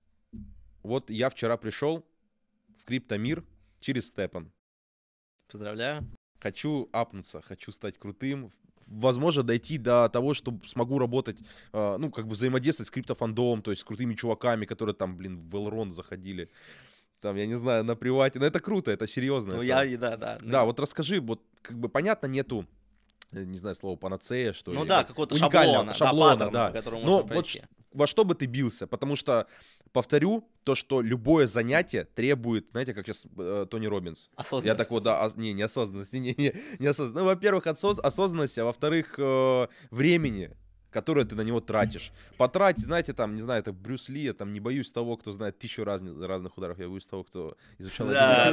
Вот я вчера пришел в криптомир через Степан. Поздравляю. Хочу апнуться, хочу стать крутым, возможно, дойти до того, что смогу работать, взаимодействовать с криптофандом, то есть с крутыми чуваками, которые там, в Элрон заходили, там, я не знаю, на привате. Но это круто, это серьезно. Ну, да. Да, вот расскажи, вот, как бы, понятно, нету, не знаю, слова панацея, что ли. Ну да, какого-то шаблона, да. По которому но можно пройти. Вот во что бы ты бился? Потому что, повторю, то, что любое занятие требует, знаете, как сейчас Тони Роббинс. Осознанности. Я такой, неосознанности. Неосознанности. Ну, во-первых, осознанности, а во-вторых, времени, которое ты на него тратишь. Потратить, знаете, там, не знаю, это Брюс Ли, я там не боюсь того, кто знает 1000 разных ударов, я боюсь того, кто изучал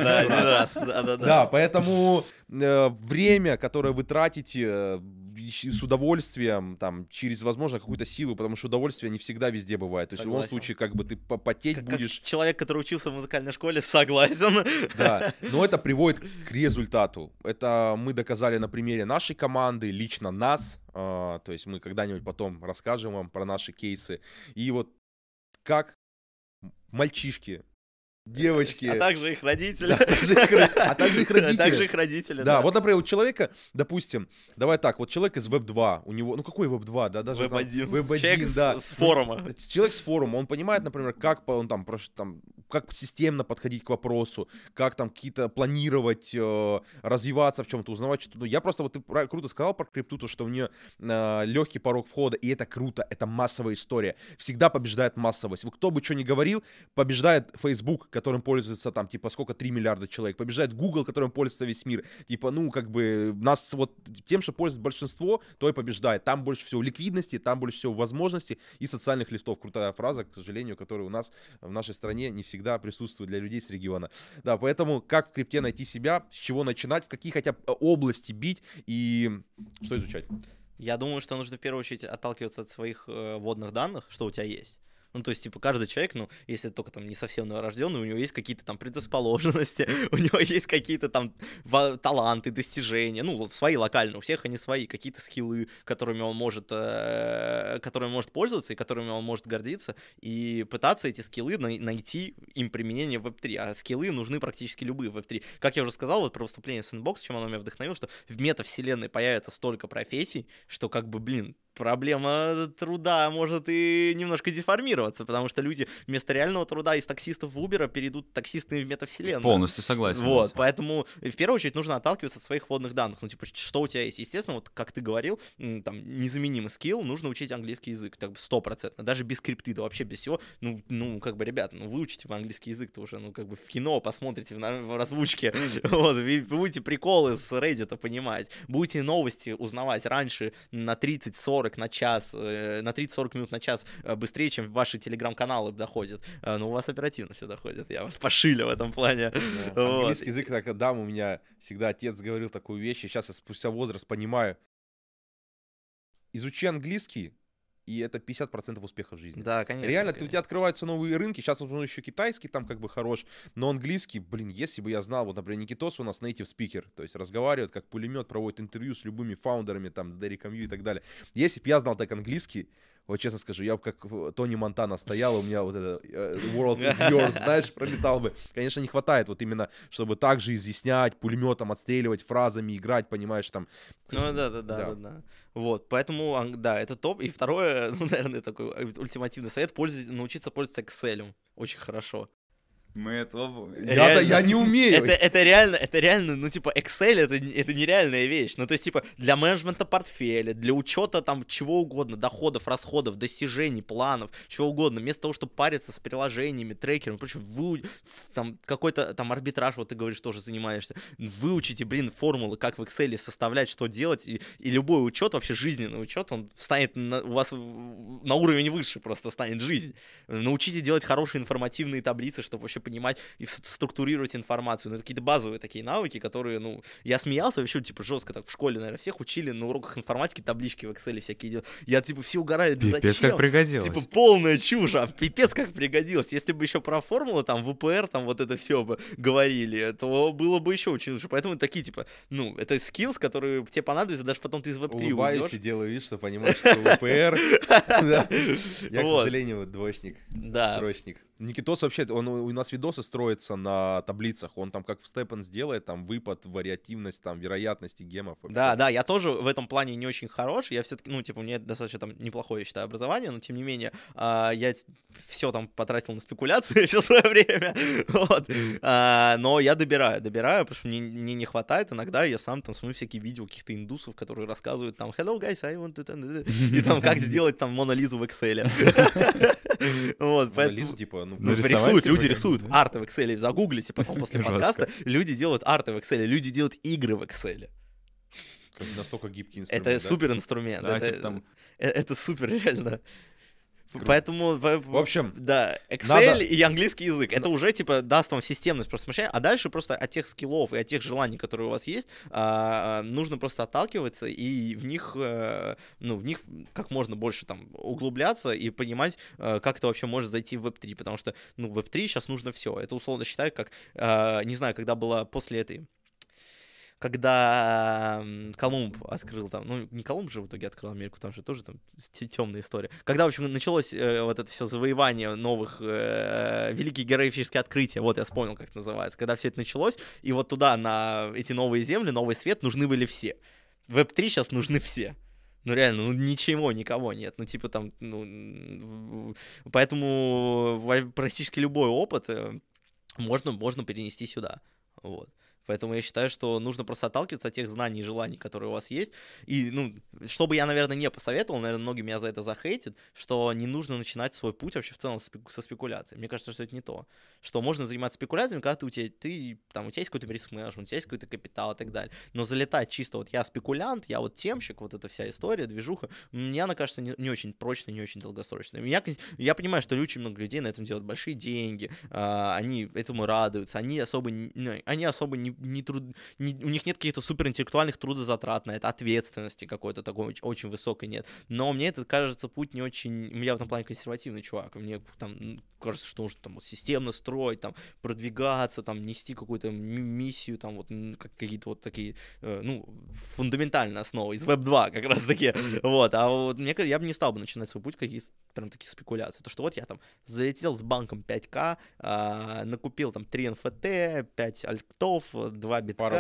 Да, поэтому время, которое вы тратите с удовольствием, там, через, возможно, какую-то силу, потому что удовольствие не всегда везде бывает. То есть в любом случае, как бы ты потеть будешь. Как человек, который учился в музыкальной школе, согласен. Да, но это приводит к результату. Это мы доказали на примере нашей команды, лично нас. То есть мы когда-нибудь потом расскажем вам про наши кейсы. И вот как мальчишки, девочки. А также их родители. А также их родители. Да, вот, например, у человека, допустим, давай так, вот человек из Web2, у него, ну какой Web2, да, даже Web1, человек да. с форума. Человек с форума, он понимает, например, как он там, как системно подходить к вопросу, как там какие-то планировать, развиваться в чем-то, узнавать что-то. Ну, я просто, вот ты круто сказал про крипту, то, что у нее легкий порог входа, и это круто, это массовая история. Всегда побеждает массовость. Кто бы что ни говорил, побеждает Facebook, которым пользуется там, типа, сколько, 3 миллиарда человек. Побеждает Google, которым пользуется весь мир. Типа, ну, как бы, нас вот тем, что пользуется большинство, то и побеждает. Там больше всего ликвидности, там больше всего возможностей и социальных лифтов. Крутая фраза, к сожалению, которая у нас в нашей стране не всегда присутствует для людей с региона. Да, поэтому как в крипте найти себя, с чего начинать, в какие хотя бы области бить и что изучать? Я думаю, что нужно в первую очередь отталкиваться от своих вводных данных, что у тебя есть. Ну, то есть, типа, каждый человек, ну, если только там не совсем новорожденный, у него есть какие-то там предрасположенности, у него есть какие-то там таланты, достижения, ну, вот свои локальные, у всех они свои, какие-то скиллы, которыми он может пользоваться и которыми он может гордиться, и пытаться эти скиллы найти им применение в Web3. А скиллы нужны практически любые в Web3. Как я уже сказал, вот про выступление Sandbox, чем оно меня вдохновило, что в метавселенной появится столько профессий, что как бы, блин, проблема труда может и немножко деформироваться, потому что люди вместо реального труда из таксистов в Uber перейдут таксистами в метавселенную. Полностью согласен. Вот, поэтому в первую очередь нужно отталкиваться от своих вводных данных. Ну, типа, что у тебя есть? Естественно, вот как ты говорил, там, незаменимый скилл, нужно учить английский язык, так бы 100%, даже без скрипты, да вообще без всего. Ну, как бы, ребята, ну, выучите вы английский язык-то уже, ну, как бы в кино посмотрите в озвучке, вот, вы будете приколы с Reddit понимать, будете новости узнавать раньше на 30-40 на час, на 30-40 минут на час быстрее, чем ваши телеграм-каналы доходят. Но у вас оперативно все доходит. Я вас пошилю в этом плане. Да. Вот. Английский язык, так, да, у меня всегда отец говорил такую вещь, и сейчас я спустя возраст понимаю. Изучи английский, и это 50% успеха в жизни. Да, конечно. Реально, у тебя открываются новые рынки. Сейчас, возможно, еще китайский там как бы хорош, но английский, блин, если бы я знал, вот, например, Никитос у нас native speaker, то есть разговаривает как пулемет, проводит интервью с любыми фаундерами, там, Дереком Ю и так далее. Если бы я знал так английский, вот честно скажу, я бы как Тони Монтана стоял, у меня вот это world is yours, знаешь, пролетал бы. Конечно, не хватает вот именно, чтобы так же изъяснять, пулеметом отстреливать, фразами играть, понимаешь, там. Ну, да. Вот, поэтому, да, это топ. И второе, ну, наверное, такой ультимативный совет, научиться пользоваться Excel. Очень хорошо. Мы этого... Я не умею. Это реально, ну, типа, Excel это нереальная вещь. Ну, то есть, типа, для менеджмента портфеля, для учета там чего угодно, доходов, расходов, достижений, планов, чего угодно, вместо того, чтобы париться с приложениями, трекерами, причем там какой-то там арбитраж, вот ты говоришь, тоже занимаешься, выучите, блин, формулы, как в Excel составлять, что делать, и любой учет, вообще жизненный учет, он станет у вас на уровень выше просто станет жизнь. Научите делать хорошие информативные таблицы, чтобы вообще понимать и структурировать информацию. Ну, это какие-то базовые такие навыки, которые, ну, я смеялся вообще, типа, жестко так в школе, наверное, всех учили на уроках информатики таблички в Excel всякие делать. Я, типа, все угорали, да пипец, зачем? Как пригодилось. Типа, полная чушь, а пипец как пригодилось. Если бы еще про формулы, там, ВПР, там, вот это все бы говорили, то было бы еще очень лучше. Поэтому такие, типа, ну, это скиллс, которые тебе понадобятся, даже потом ты из Web3 улыбаюсь уйдешь. И делаю вид, что понимаешь, что ВПР. Я, к сожалению, двоечник, троечник. Никитос вообще, у нас видосы строятся на таблицах, он там как в Степенс делает, там выпад, вариативность, там вероятности гемов. Да, я тоже в этом плане не очень хорош, я все-таки, ну, типа, у меня достаточно там неплохое, я считаю, образование, но тем не менее, я все там потратил на спекуляции все свое время, вот. Но я добираю, потому что мне не хватает, иногда я сам там смотрю всякие видео каких-то индусов, которые рассказывают там hello guys, I want to... и там как сделать там Мона Лизу в Excel. Вот, Мона Лизу, типа, рисуют, люди рисуют арты в Excel, загуглите потом после подкаста, люди делают арты в Excel, люди делают игры в Excel. Настолько гибкий инструмент. Это супер инструмент. Да, типа там... Это супер реально. Поэтому, в общем, да, Excel и английский язык, это уже, типа, даст вам системность просто мышления, а дальше просто от тех скиллов и от тех желаний, которые у вас есть, нужно просто отталкиваться и в них как можно больше там углубляться и понимать, как это вообще может зайти в Web3, потому что, ну, в Web3 сейчас нужно все. Это условно считаю, как, не знаю, когда было после этой... Когда Колумб открыл там, ну не Колумб же в итоге открыл Америку, там же тоже там темная история. Когда, в общем, началось вот это все завоевание новых, великие героические открытия, вот я вспомнил, как это называется, когда все это началось, и вот туда, на эти новые земли, новый свет нужны были все. В Web3 сейчас нужны все. Ну реально, ну ничего, никого нет. Ну типа там, ну... Поэтому практически любой опыт можно перенести сюда. Вот. Поэтому я считаю, что нужно просто отталкиваться от тех знаний и желаний, которые у вас есть. И, ну, что бы я, наверное, не посоветовал, наверное, многие меня за это захейтят, что не нужно начинать свой путь вообще в целом со спекуляцией. Мне кажется, что это не то. Что можно заниматься спекуляциями, когда у тебя есть какой-то риск-менеджмент, у тебя есть какой-то капитал и так далее. Но залетать чисто вот я спекулянт, я вот темщик, вот эта вся история, движуха, мне она кажется не очень прочной, не очень долгосрочной. Я понимаю, что очень много людей на этом делают большие деньги, они этому радуются, они особо не у них нет каких-то суперинтеллектуальных трудозатрат на это, ответственности какой-то такой очень высокой нет. Но мне это кажется путь не очень... Я в этом плане консервативный чувак. Мне там кажется, что нужно там системно строить, там продвигаться, там нести какую-то миссию, там вот какие-то вот такие, фундаментальные основы из Web 2 как раз таки. Вот. А вот мне кажется, я бы не стал бы начинать свой путь какие-то прям такие спекуляции. То, что вот я там залетел с банком 5К, накупил там 3 NFT, 5 альтов, 2 битка, пару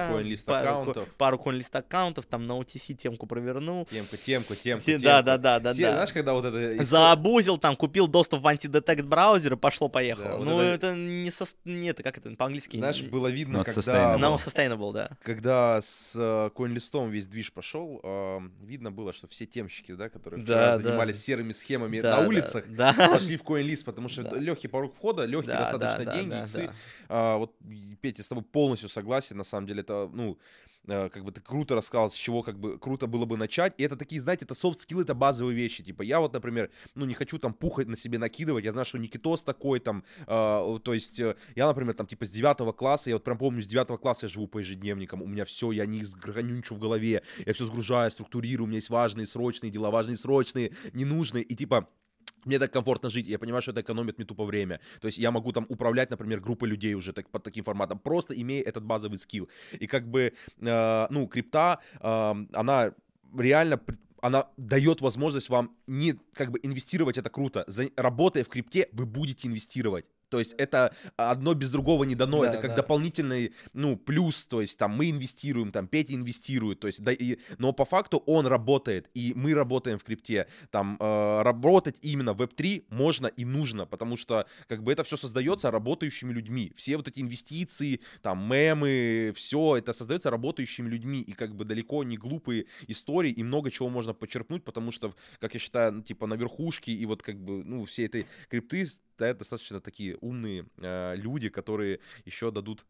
CoinList аккаунтов, там на OTC темку провернул. Темку. Да. Знаешь, когда вот это... Заобузил, там, купил доступ в антидетект браузер и пошло-поехало. Да, вот это не... Нет, как это по-английски? Знаешь, было видно, Not когда... No sustainable, да. Когда с CoinList'ом весь движ пошел, видно было, что все темщики, да, которые вчера занимались серыми схемами на улицах, пошли в CoinList, потому что легкий порог входа, легкие достаточно деньги, иксы. Вот, Петя, с тобой полностью согласен, на самом деле, это, как бы ты круто рассказал, с чего как бы круто было бы начать. И это такие, знаете, это софт-скиллы, это базовые вещи. Типа я вот, например, не хочу там пухать на себе накидывать. Я знаю, что Никитос такой там, то есть я, например, там типа с 9 класса, я вот прям помню, с 9 класса я живу по ежедневникам. У меня все, я не храню ничего в голове. Я все сгружаю, структурирую, у меня есть важные, срочные дела, важные, срочные, ненужные. И типа... Мне так комфортно жить, я понимаю, что это экономит мне тупо время. То есть я могу там управлять, например, группой людей уже под таким форматом, просто имея этот базовый скилл. И как бы, крипта, она реально... Она дает возможность вам не как бы инвестировать, это круто. Работая в крипте, вы будете инвестировать. То есть это одно без другого не дано, это как дополнительный, плюс, то есть там мы инвестируем, там Петя инвестирует, то есть, но по факту он работает, и мы работаем в крипте, там работать именно в Web3 можно и нужно, потому что как бы это все создается работающими людьми, все вот эти инвестиции, там мемы, все это создается работающими людьми, и как бы далеко не глупые истории, и много чего можно почерпнуть, потому что, как я считаю, типа на верхушке и вот как бы, все этой крипты стоят достаточно такие умные люди, которые еще дадут,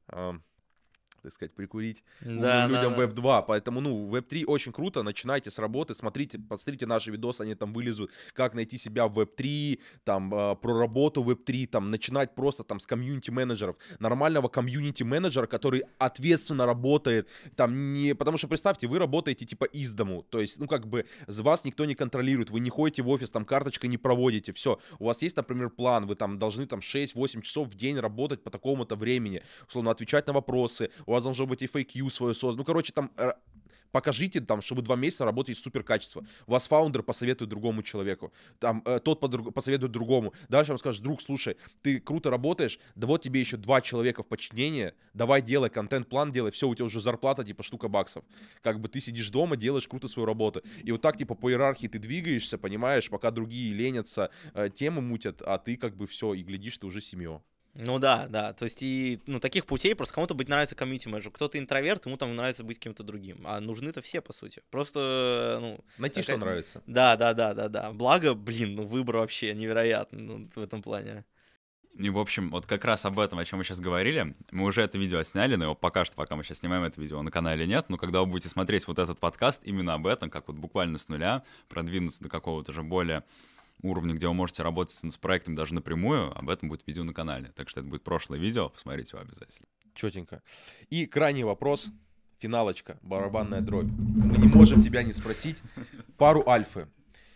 так сказать, прикурить людям Web 2. Поэтому, Web 3 очень круто. Начинайте с работы, посмотрите наши видосы, они там вылезут, как найти себя в Web 3, там, про работу в Web 3, там, начинать просто там с комьюнити-менеджеров, нормального комьюнити-менеджера, который ответственно работает, там, не... Потому что, представьте, вы работаете, типа, из дому, то есть, как бы, вас никто не контролирует, вы не ходите в офис, там, карточкой не проводите, все. У вас есть, например, план, вы там должны, там, 6-8 часов в день работать по такому-то времени, условно, отвечать на вопросы, у вас должно быть и FAQ свое создано. Короче, там покажите, там, чтобы 2 месяца работаете супер качество. Вас фаундер посоветует другому человеку. Там, тот посоветует другому. Дальше он скажет: друг, слушай, ты круто работаешь, да вот тебе еще 2 человека в подчинении, давай делай контент-план, делай, все, у тебя уже зарплата, типа, штука баксов. Как бы ты сидишь дома, делаешь круто свою работу. И вот так, типа, по иерархии ты двигаешься, понимаешь, пока другие ленятся, темы мутят, а ты как бы все, и глядишь, ты уже семью. Да, то есть и, таких путей просто кому-то нравится комьюнити-менеджер, кто-то интроверт, ему там нравится быть кем-то другим, а нужны-то все, по сути, просто, найти, что нравится. Да, благо, выбор вообще невероятный, в этом плане. И, в общем, вот как раз об этом, о чем мы сейчас говорили, мы уже это видео отсняли, но его пока что, пока мы сейчас снимаем это видео, на канале нет, но когда вы будете смотреть вот этот подкаст, именно об этом, как вот буквально с нуля продвинуться до какого-то же более уровня, где вы можете работать с проектом даже напрямую, об этом будет видео на канале. Так что это будет прошлое видео, посмотрите его обязательно. Четенько. И крайний вопрос, финалочка, барабанная дробь. Мы не можем тебя не спросить. Пару альфы.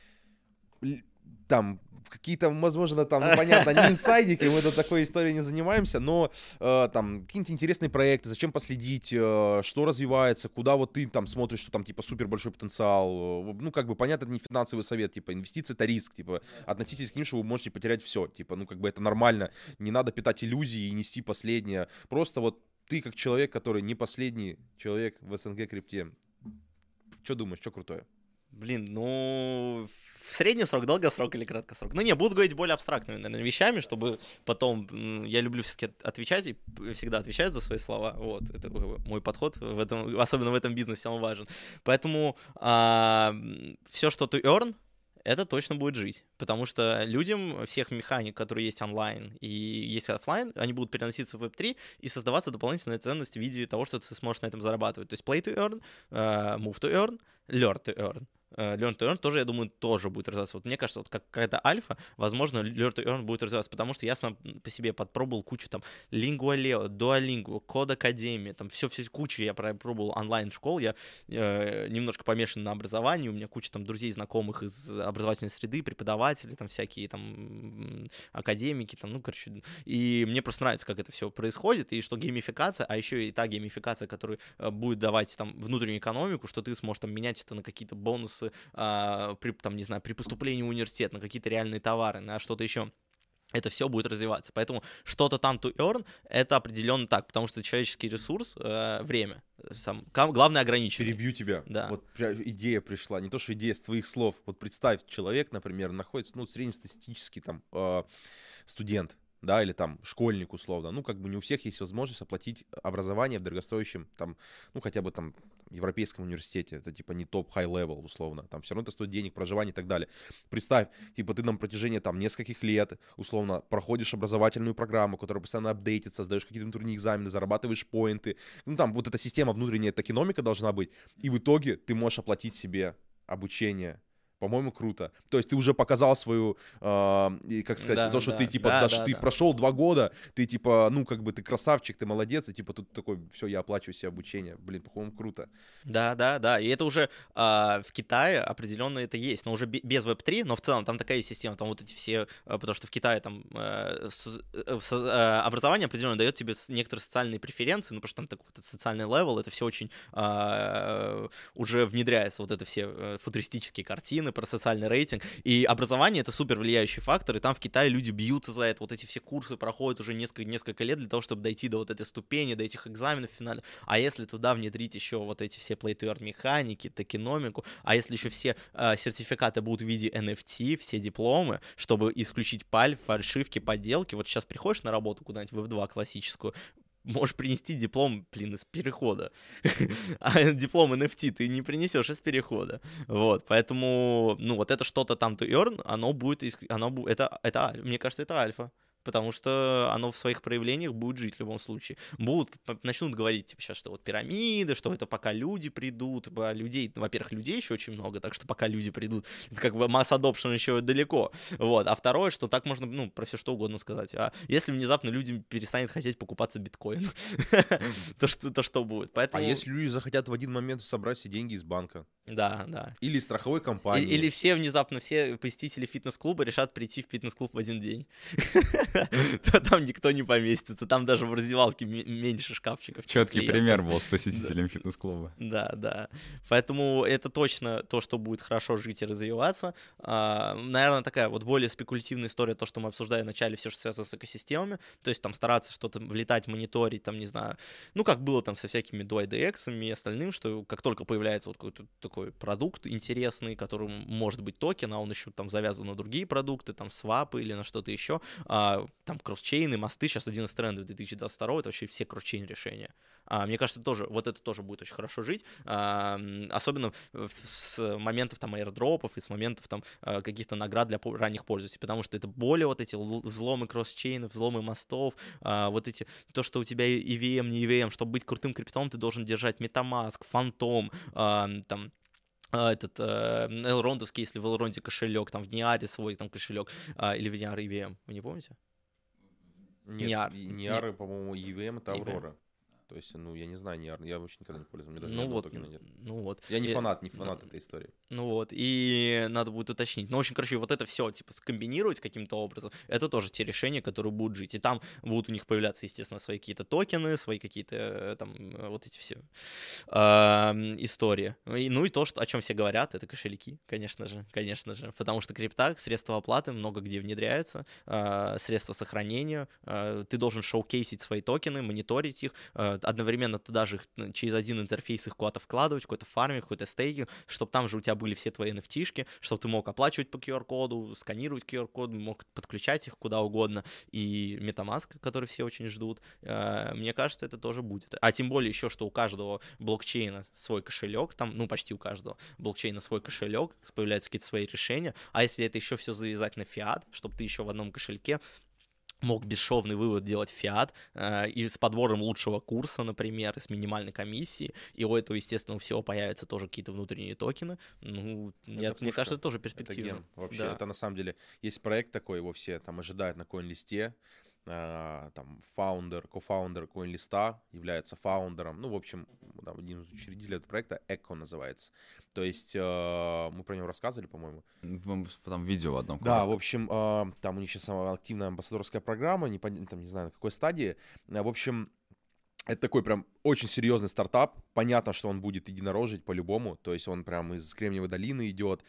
Там какие-то, возможно, там, понятно, не инсайдики, мы до такой истории не занимаемся, но там какие-то интересные проекты, зачем последить, что развивается, куда вот ты там смотришь, что там типа супер большой потенциал, как бы понятно, это не финансовый совет, типа инвестиции это риск, типа относитесь к ним, что вы можете потерять все, типа, как бы это нормально, не надо питать иллюзии и нести последнее, просто вот ты как человек, который не последний человек в СНГ крипте, что думаешь, что крутое? Средний срок, долгосрок или краткосрок? Буду говорить более абстрактными, наверное, вещами, чтобы потом... Я люблю все-таки отвечать и всегда отвечать за свои слова. Вот, это мой подход, особенно в этом бизнесе он важен. Поэтому все, что ты earn, это точно будет жить. Потому что людям всех механик, которые есть онлайн и есть офлайн, они будут переноситься в Web3 и создаваться дополнительная ценность в виде того, что ты сможешь на этом зарабатывать. То есть play to earn, move to earn, learn to earn. Learn to Earn тоже, я думаю, тоже будет развиваться. Вот мне кажется, вот как какая-то альфа, возможно, Learn to Earn будет развиваться, потому что я сам по себе подпробовал кучу там Lingualeo, Duolingo, Code Academy, там все кучу я пробовал онлайн-школ, я немножко помешан на образовании, у меня куча там друзей, знакомых из образовательной среды, преподаватели, там всякие там академики, там, ну, короче, и мне просто нравится, как это все происходит, и что геймификация, а еще и та геймификация, которая будет давать там внутреннюю экономику, что ты сможешь там менять это на какие-то бонусы при, там, не знаю, при поступлении в университет, на какие-то реальные товары, на что-то еще. Это все будет развиваться. Поэтому что-то там to earn — это определенно так, потому что человеческий ресурс, время, главное ограниченный. Перебью тебя. Да. Вот идея пришла. Не то, что идея с твоих слов. Вот представь, человек, например, находится, ну, среднестатистический там студент, да, или там школьник условно, ну, как бы не у всех есть возможность оплатить образование в дорогостоящем, там, ну, хотя бы там европейском университете, это типа не топ high level условно, там все равно это стоит денег, проживание и так далее. Представь, типа ты на протяжении там нескольких лет условно проходишь образовательную программу, которая постоянно апдейтится, сдаешь какие-то внутренние экзамены, зарабатываешь поинты, ну, там вот эта система внутренняя токеномика должна быть, и в итоге ты можешь оплатить себе обучение. По-моему, круто. То есть ты уже показал свою, как сказать, Да, то, что да, ты, типа, да, даже да, ты да. прошел 2 года, ты, типа, ну, как бы, ты красавчик, ты молодец, и, типа, тут такой, все, я оплачиваю себе обучение. Блин, по-моему, круто. Да, да, да. И это уже в Китае определенно это есть, но уже без Web3, но в целом там такая система, там вот эти все, потому что в Китае там образование определенно дает тебе некоторые социальные преференции, ну, потому что там такой вот социальный левел, это все очень уже внедряется, вот это все футуристические картины про социальный рейтинг, и образование — это супер влияющий фактор, и там в Китае люди бьются за это, вот эти все курсы проходят уже несколько лет для того, чтобы дойти до вот этой ступени, до этих экзаменов в финале, а если туда внедрить еще вот эти все play-to-earn механики, токеномику, а если еще все сертификаты будут в виде NFT, все дипломы, чтобы исключить паль, фальшивки, подделки, вот сейчас приходишь на работу куда-нибудь в Web2 классическую, можешь принести диплом, блин, из перехода. А диплом NFT ты не принесешь из перехода. Вот, поэтому, ну, вот это что-то там to earn, мне кажется, это альфа. Потому что оно в своих проявлениях будет жить в любом случае. Начнут говорить, типа, сейчас, что вот пирамиды, что это пока люди придут. Людей, во-первых, людей еще очень много, так что пока люди придут, это как бы масс adoption еще далеко. Вот. А второе, что так можно, ну, про все что угодно сказать. А если внезапно люди перестанут хотеть покупаться биткоин, то что будет? А если люди захотят в один момент собрать все деньги из банка? Да, да. Или страховой компании? Или внезапно все посетители фитнес-клуба решат прийти в фитнес-клуб в один день. Там никто не поместится, там даже в раздевалке меньше шкафчиков. Четкий пример был с посетителем фитнес-клуба. Да, да. Поэтому это точно то, что будет хорошо жить и развиваться. Наверное, такая вот более спекулятивная история, то, что мы обсуждали в начале, все, что связано с экосистемами, то есть там стараться что-то влетать, мониторить, там, не знаю, ну, как было там со всякими 2IDX и остальным, что как только появляется вот какой-то такой продукт интересный, который может быть токен, а он еще там завязан на другие продукты, там, свапы или на что-то еще, там кросс-чейны, мосты, сейчас один из трендов 2022, это вообще все кросс-чейн решения. Мне кажется, тоже, вот это тоже будет очень хорошо жить, особенно с моментов там airdropов и с моментов там каких-то наград для ранних пользователей, потому что это более вот эти взломы кросс-чейнов, взломы мостов, вот эти, то, что у тебя EVM, не EVM, чтобы быть крутым криптоном, ты должен держать MetaMask, Phantom, там, этот элрондовский, если в Элронде кошелек, там в Ниаре свой там кошелек, или в Ниар EVM, вы не помните? Нет, Ниары, по-моему, EVM — это Аврора. То есть, ну, я не знаю, я вообще никогда не пользовался, мне даже ни одного токена нет. Ну вот. Я не фанат этой истории. Ну вот, и надо будет уточнить. Ну, в общем, короче, вот это все, типа, скомбинировать каким-то образом, это тоже те решения, которые будут жить. И там будут у них появляться, естественно, свои какие-то токены, свои какие-то там вот эти все истории. Ну и то, о чем все говорят, это кошельки, конечно же. Потому что крипта, средства оплаты много где внедряются, средства сохранения. Ты должен шоукейсить свои токены, мониторить их, одновременно ты даже их через один интерфейс их куда-то вкладывать, какой-то фарминг, какой-то стейкинг, чтобы там же у тебя были все твои NFT-шки, чтобы ты мог оплачивать по QR-коду, сканировать QR-код, мог подключать их куда угодно. И MetaMask, который все очень ждут, мне кажется, это тоже будет. А тем более еще, что у каждого блокчейна свой кошелек, там, ну, почти у каждого блокчейна свой кошелек, появляются какие-то свои решения. А если это еще все завязать на фиат, чтобы ты еще в одном кошельке мог бесшовный вывод делать фиат и с подбором лучшего курса, например, и с минимальной комиссией, и у этого, естественно, у всего появятся тоже какие-то внутренние токены. Ну, мне кажется, это тоже перспективно. Это гем. Вообще, Да. это на самом деле есть проект такой, его все там ожидают на CoinList'е. Там кофаундер CoinList'а является фаундером. Ну, в общем, там, один из учредителей этого проекта, Echo называется. То есть мы про него рассказывали, по-моему. Там видео в одном. Да, в общем, там у них сейчас активная амбассадорская программа, там, не знаю, на какой стадии. В общем, это такой прям очень серьезный стартап. Понятно, что он будет единорожить по-любому. То есть он прям из Кремниевой долины идет.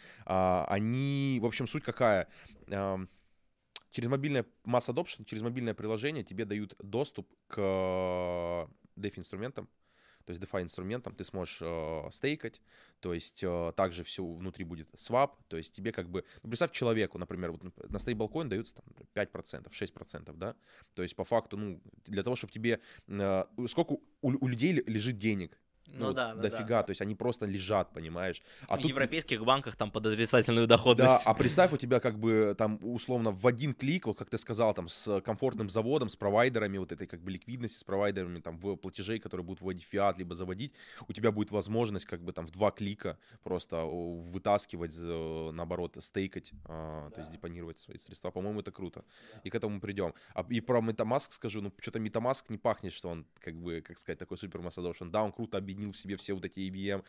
В общем, суть какая? Через мобильное Mass Adoption, через мобильное приложение тебе дают доступ к DeFi-инструментам, то есть DeFi-инструментам, ты сможешь стейкать, то есть также все внутри будет swap, то есть тебе как бы, ну, представь человеку, например, вот на стейблкоин даются там 5%, 6%, да, то есть по факту, ну, для того, чтобы тебе, сколько у людей лежит денег, Ну да, дофига, то есть они просто лежат, понимаешь. В европейских банках там под отрицательную доходность. Да, а представь, у тебя как бы там условно в один клик, вот как ты сказал, там с комфортным заводом, с провайдерами, вот этой как бы ликвидности, с провайдерами там в платежей, которые будут вводить фиат, либо заводить, у тебя будет возможность как бы там в 2 клика просто вытаскивать, наоборот, стейкать, то есть депонировать свои средства. По-моему, это круто. И к этому мы придем. И про MetaMask скажу, ну что-то MetaMask не пахнет, что он как бы, как сказать, такой супер Mass Adoption. Да, он круто объединил в себе все вот эти EVM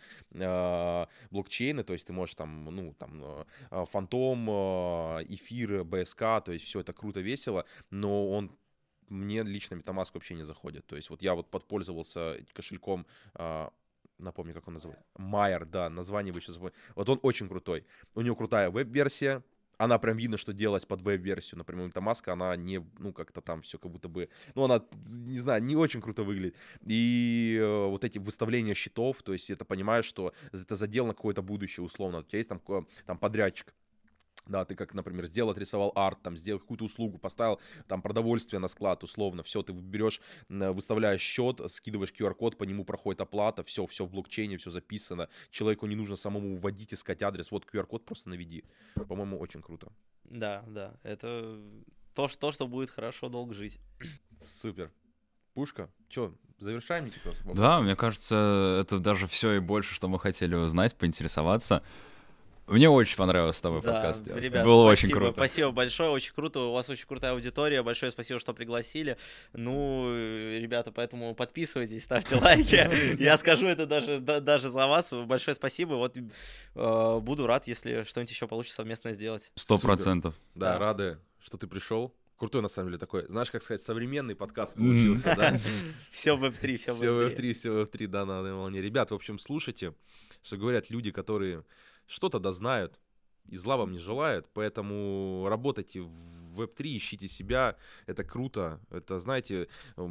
блокчейны, то есть ты можешь там, ну, там, Фантом, Эфир, БСК, то есть все это круто, весело, но мне лично MetaMask вообще не заходит. То есть вот я вот подпользовался кошельком, напомню, как он называется, Майер, да, название вы сейчас забыли. Вот он очень крутой. У него крутая веб-версия, она прям видно, что делалась под веб-версию. Например, MetaMask, она не, ну, как-то там все как будто бы, ну, она, не знаю, не очень круто выглядит. И вот эти выставления счетов, то есть это понимаешь, что это задел на какое-то будущее условно. У тебя есть там подрядчик. Да, ты как, например, отрисовал арт, там, сделал какую-то услугу, поставил там продовольствие на склад, условно, все, ты берешь, выставляешь счет, скидываешь QR-код, по нему проходит оплата, все в блокчейне, все записано, человеку не нужно самому вводить, искать адрес, вот QR-код просто наведи. По-моему, очень круто. Да, это то, что будет хорошо долго жить. Супер. Пушка. Че, завершаем, Никитос? Да, мне кажется, это даже все и больше, что мы хотели узнать, поинтересоваться. Мне очень понравилось с тобой подкаст делать. Ребята, было спасибо, очень круто. Спасибо большое, очень круто. У вас очень крутая аудитория. Большое спасибо, что пригласили. Ну, ребята, поэтому подписывайтесь, ставьте лайки. Я скажу это даже за вас. Большое спасибо. Вот буду рад, если что-нибудь еще получится совместно сделать. 100%. Да, рады, что ты пришел. Крутой, на самом деле, такой, знаешь, как сказать, современный подкаст получился, да? Все Web3, все Web3. Все Web3, да, на одной волне. Ребят, в общем, слушайте, что говорят люди, которые что-то дознают и зла вам не желают, поэтому работайте в Web3, ищите себя, это круто. Это, знаете,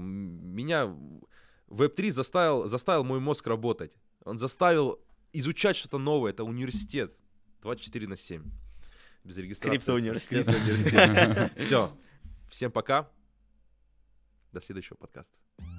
меня Web3 заставил мой мозг работать. Он заставил изучать что-то новое, это университет 24/7. Без регистрации. Криптоуниверситет. Все. Всем пока. До следующего подкаста.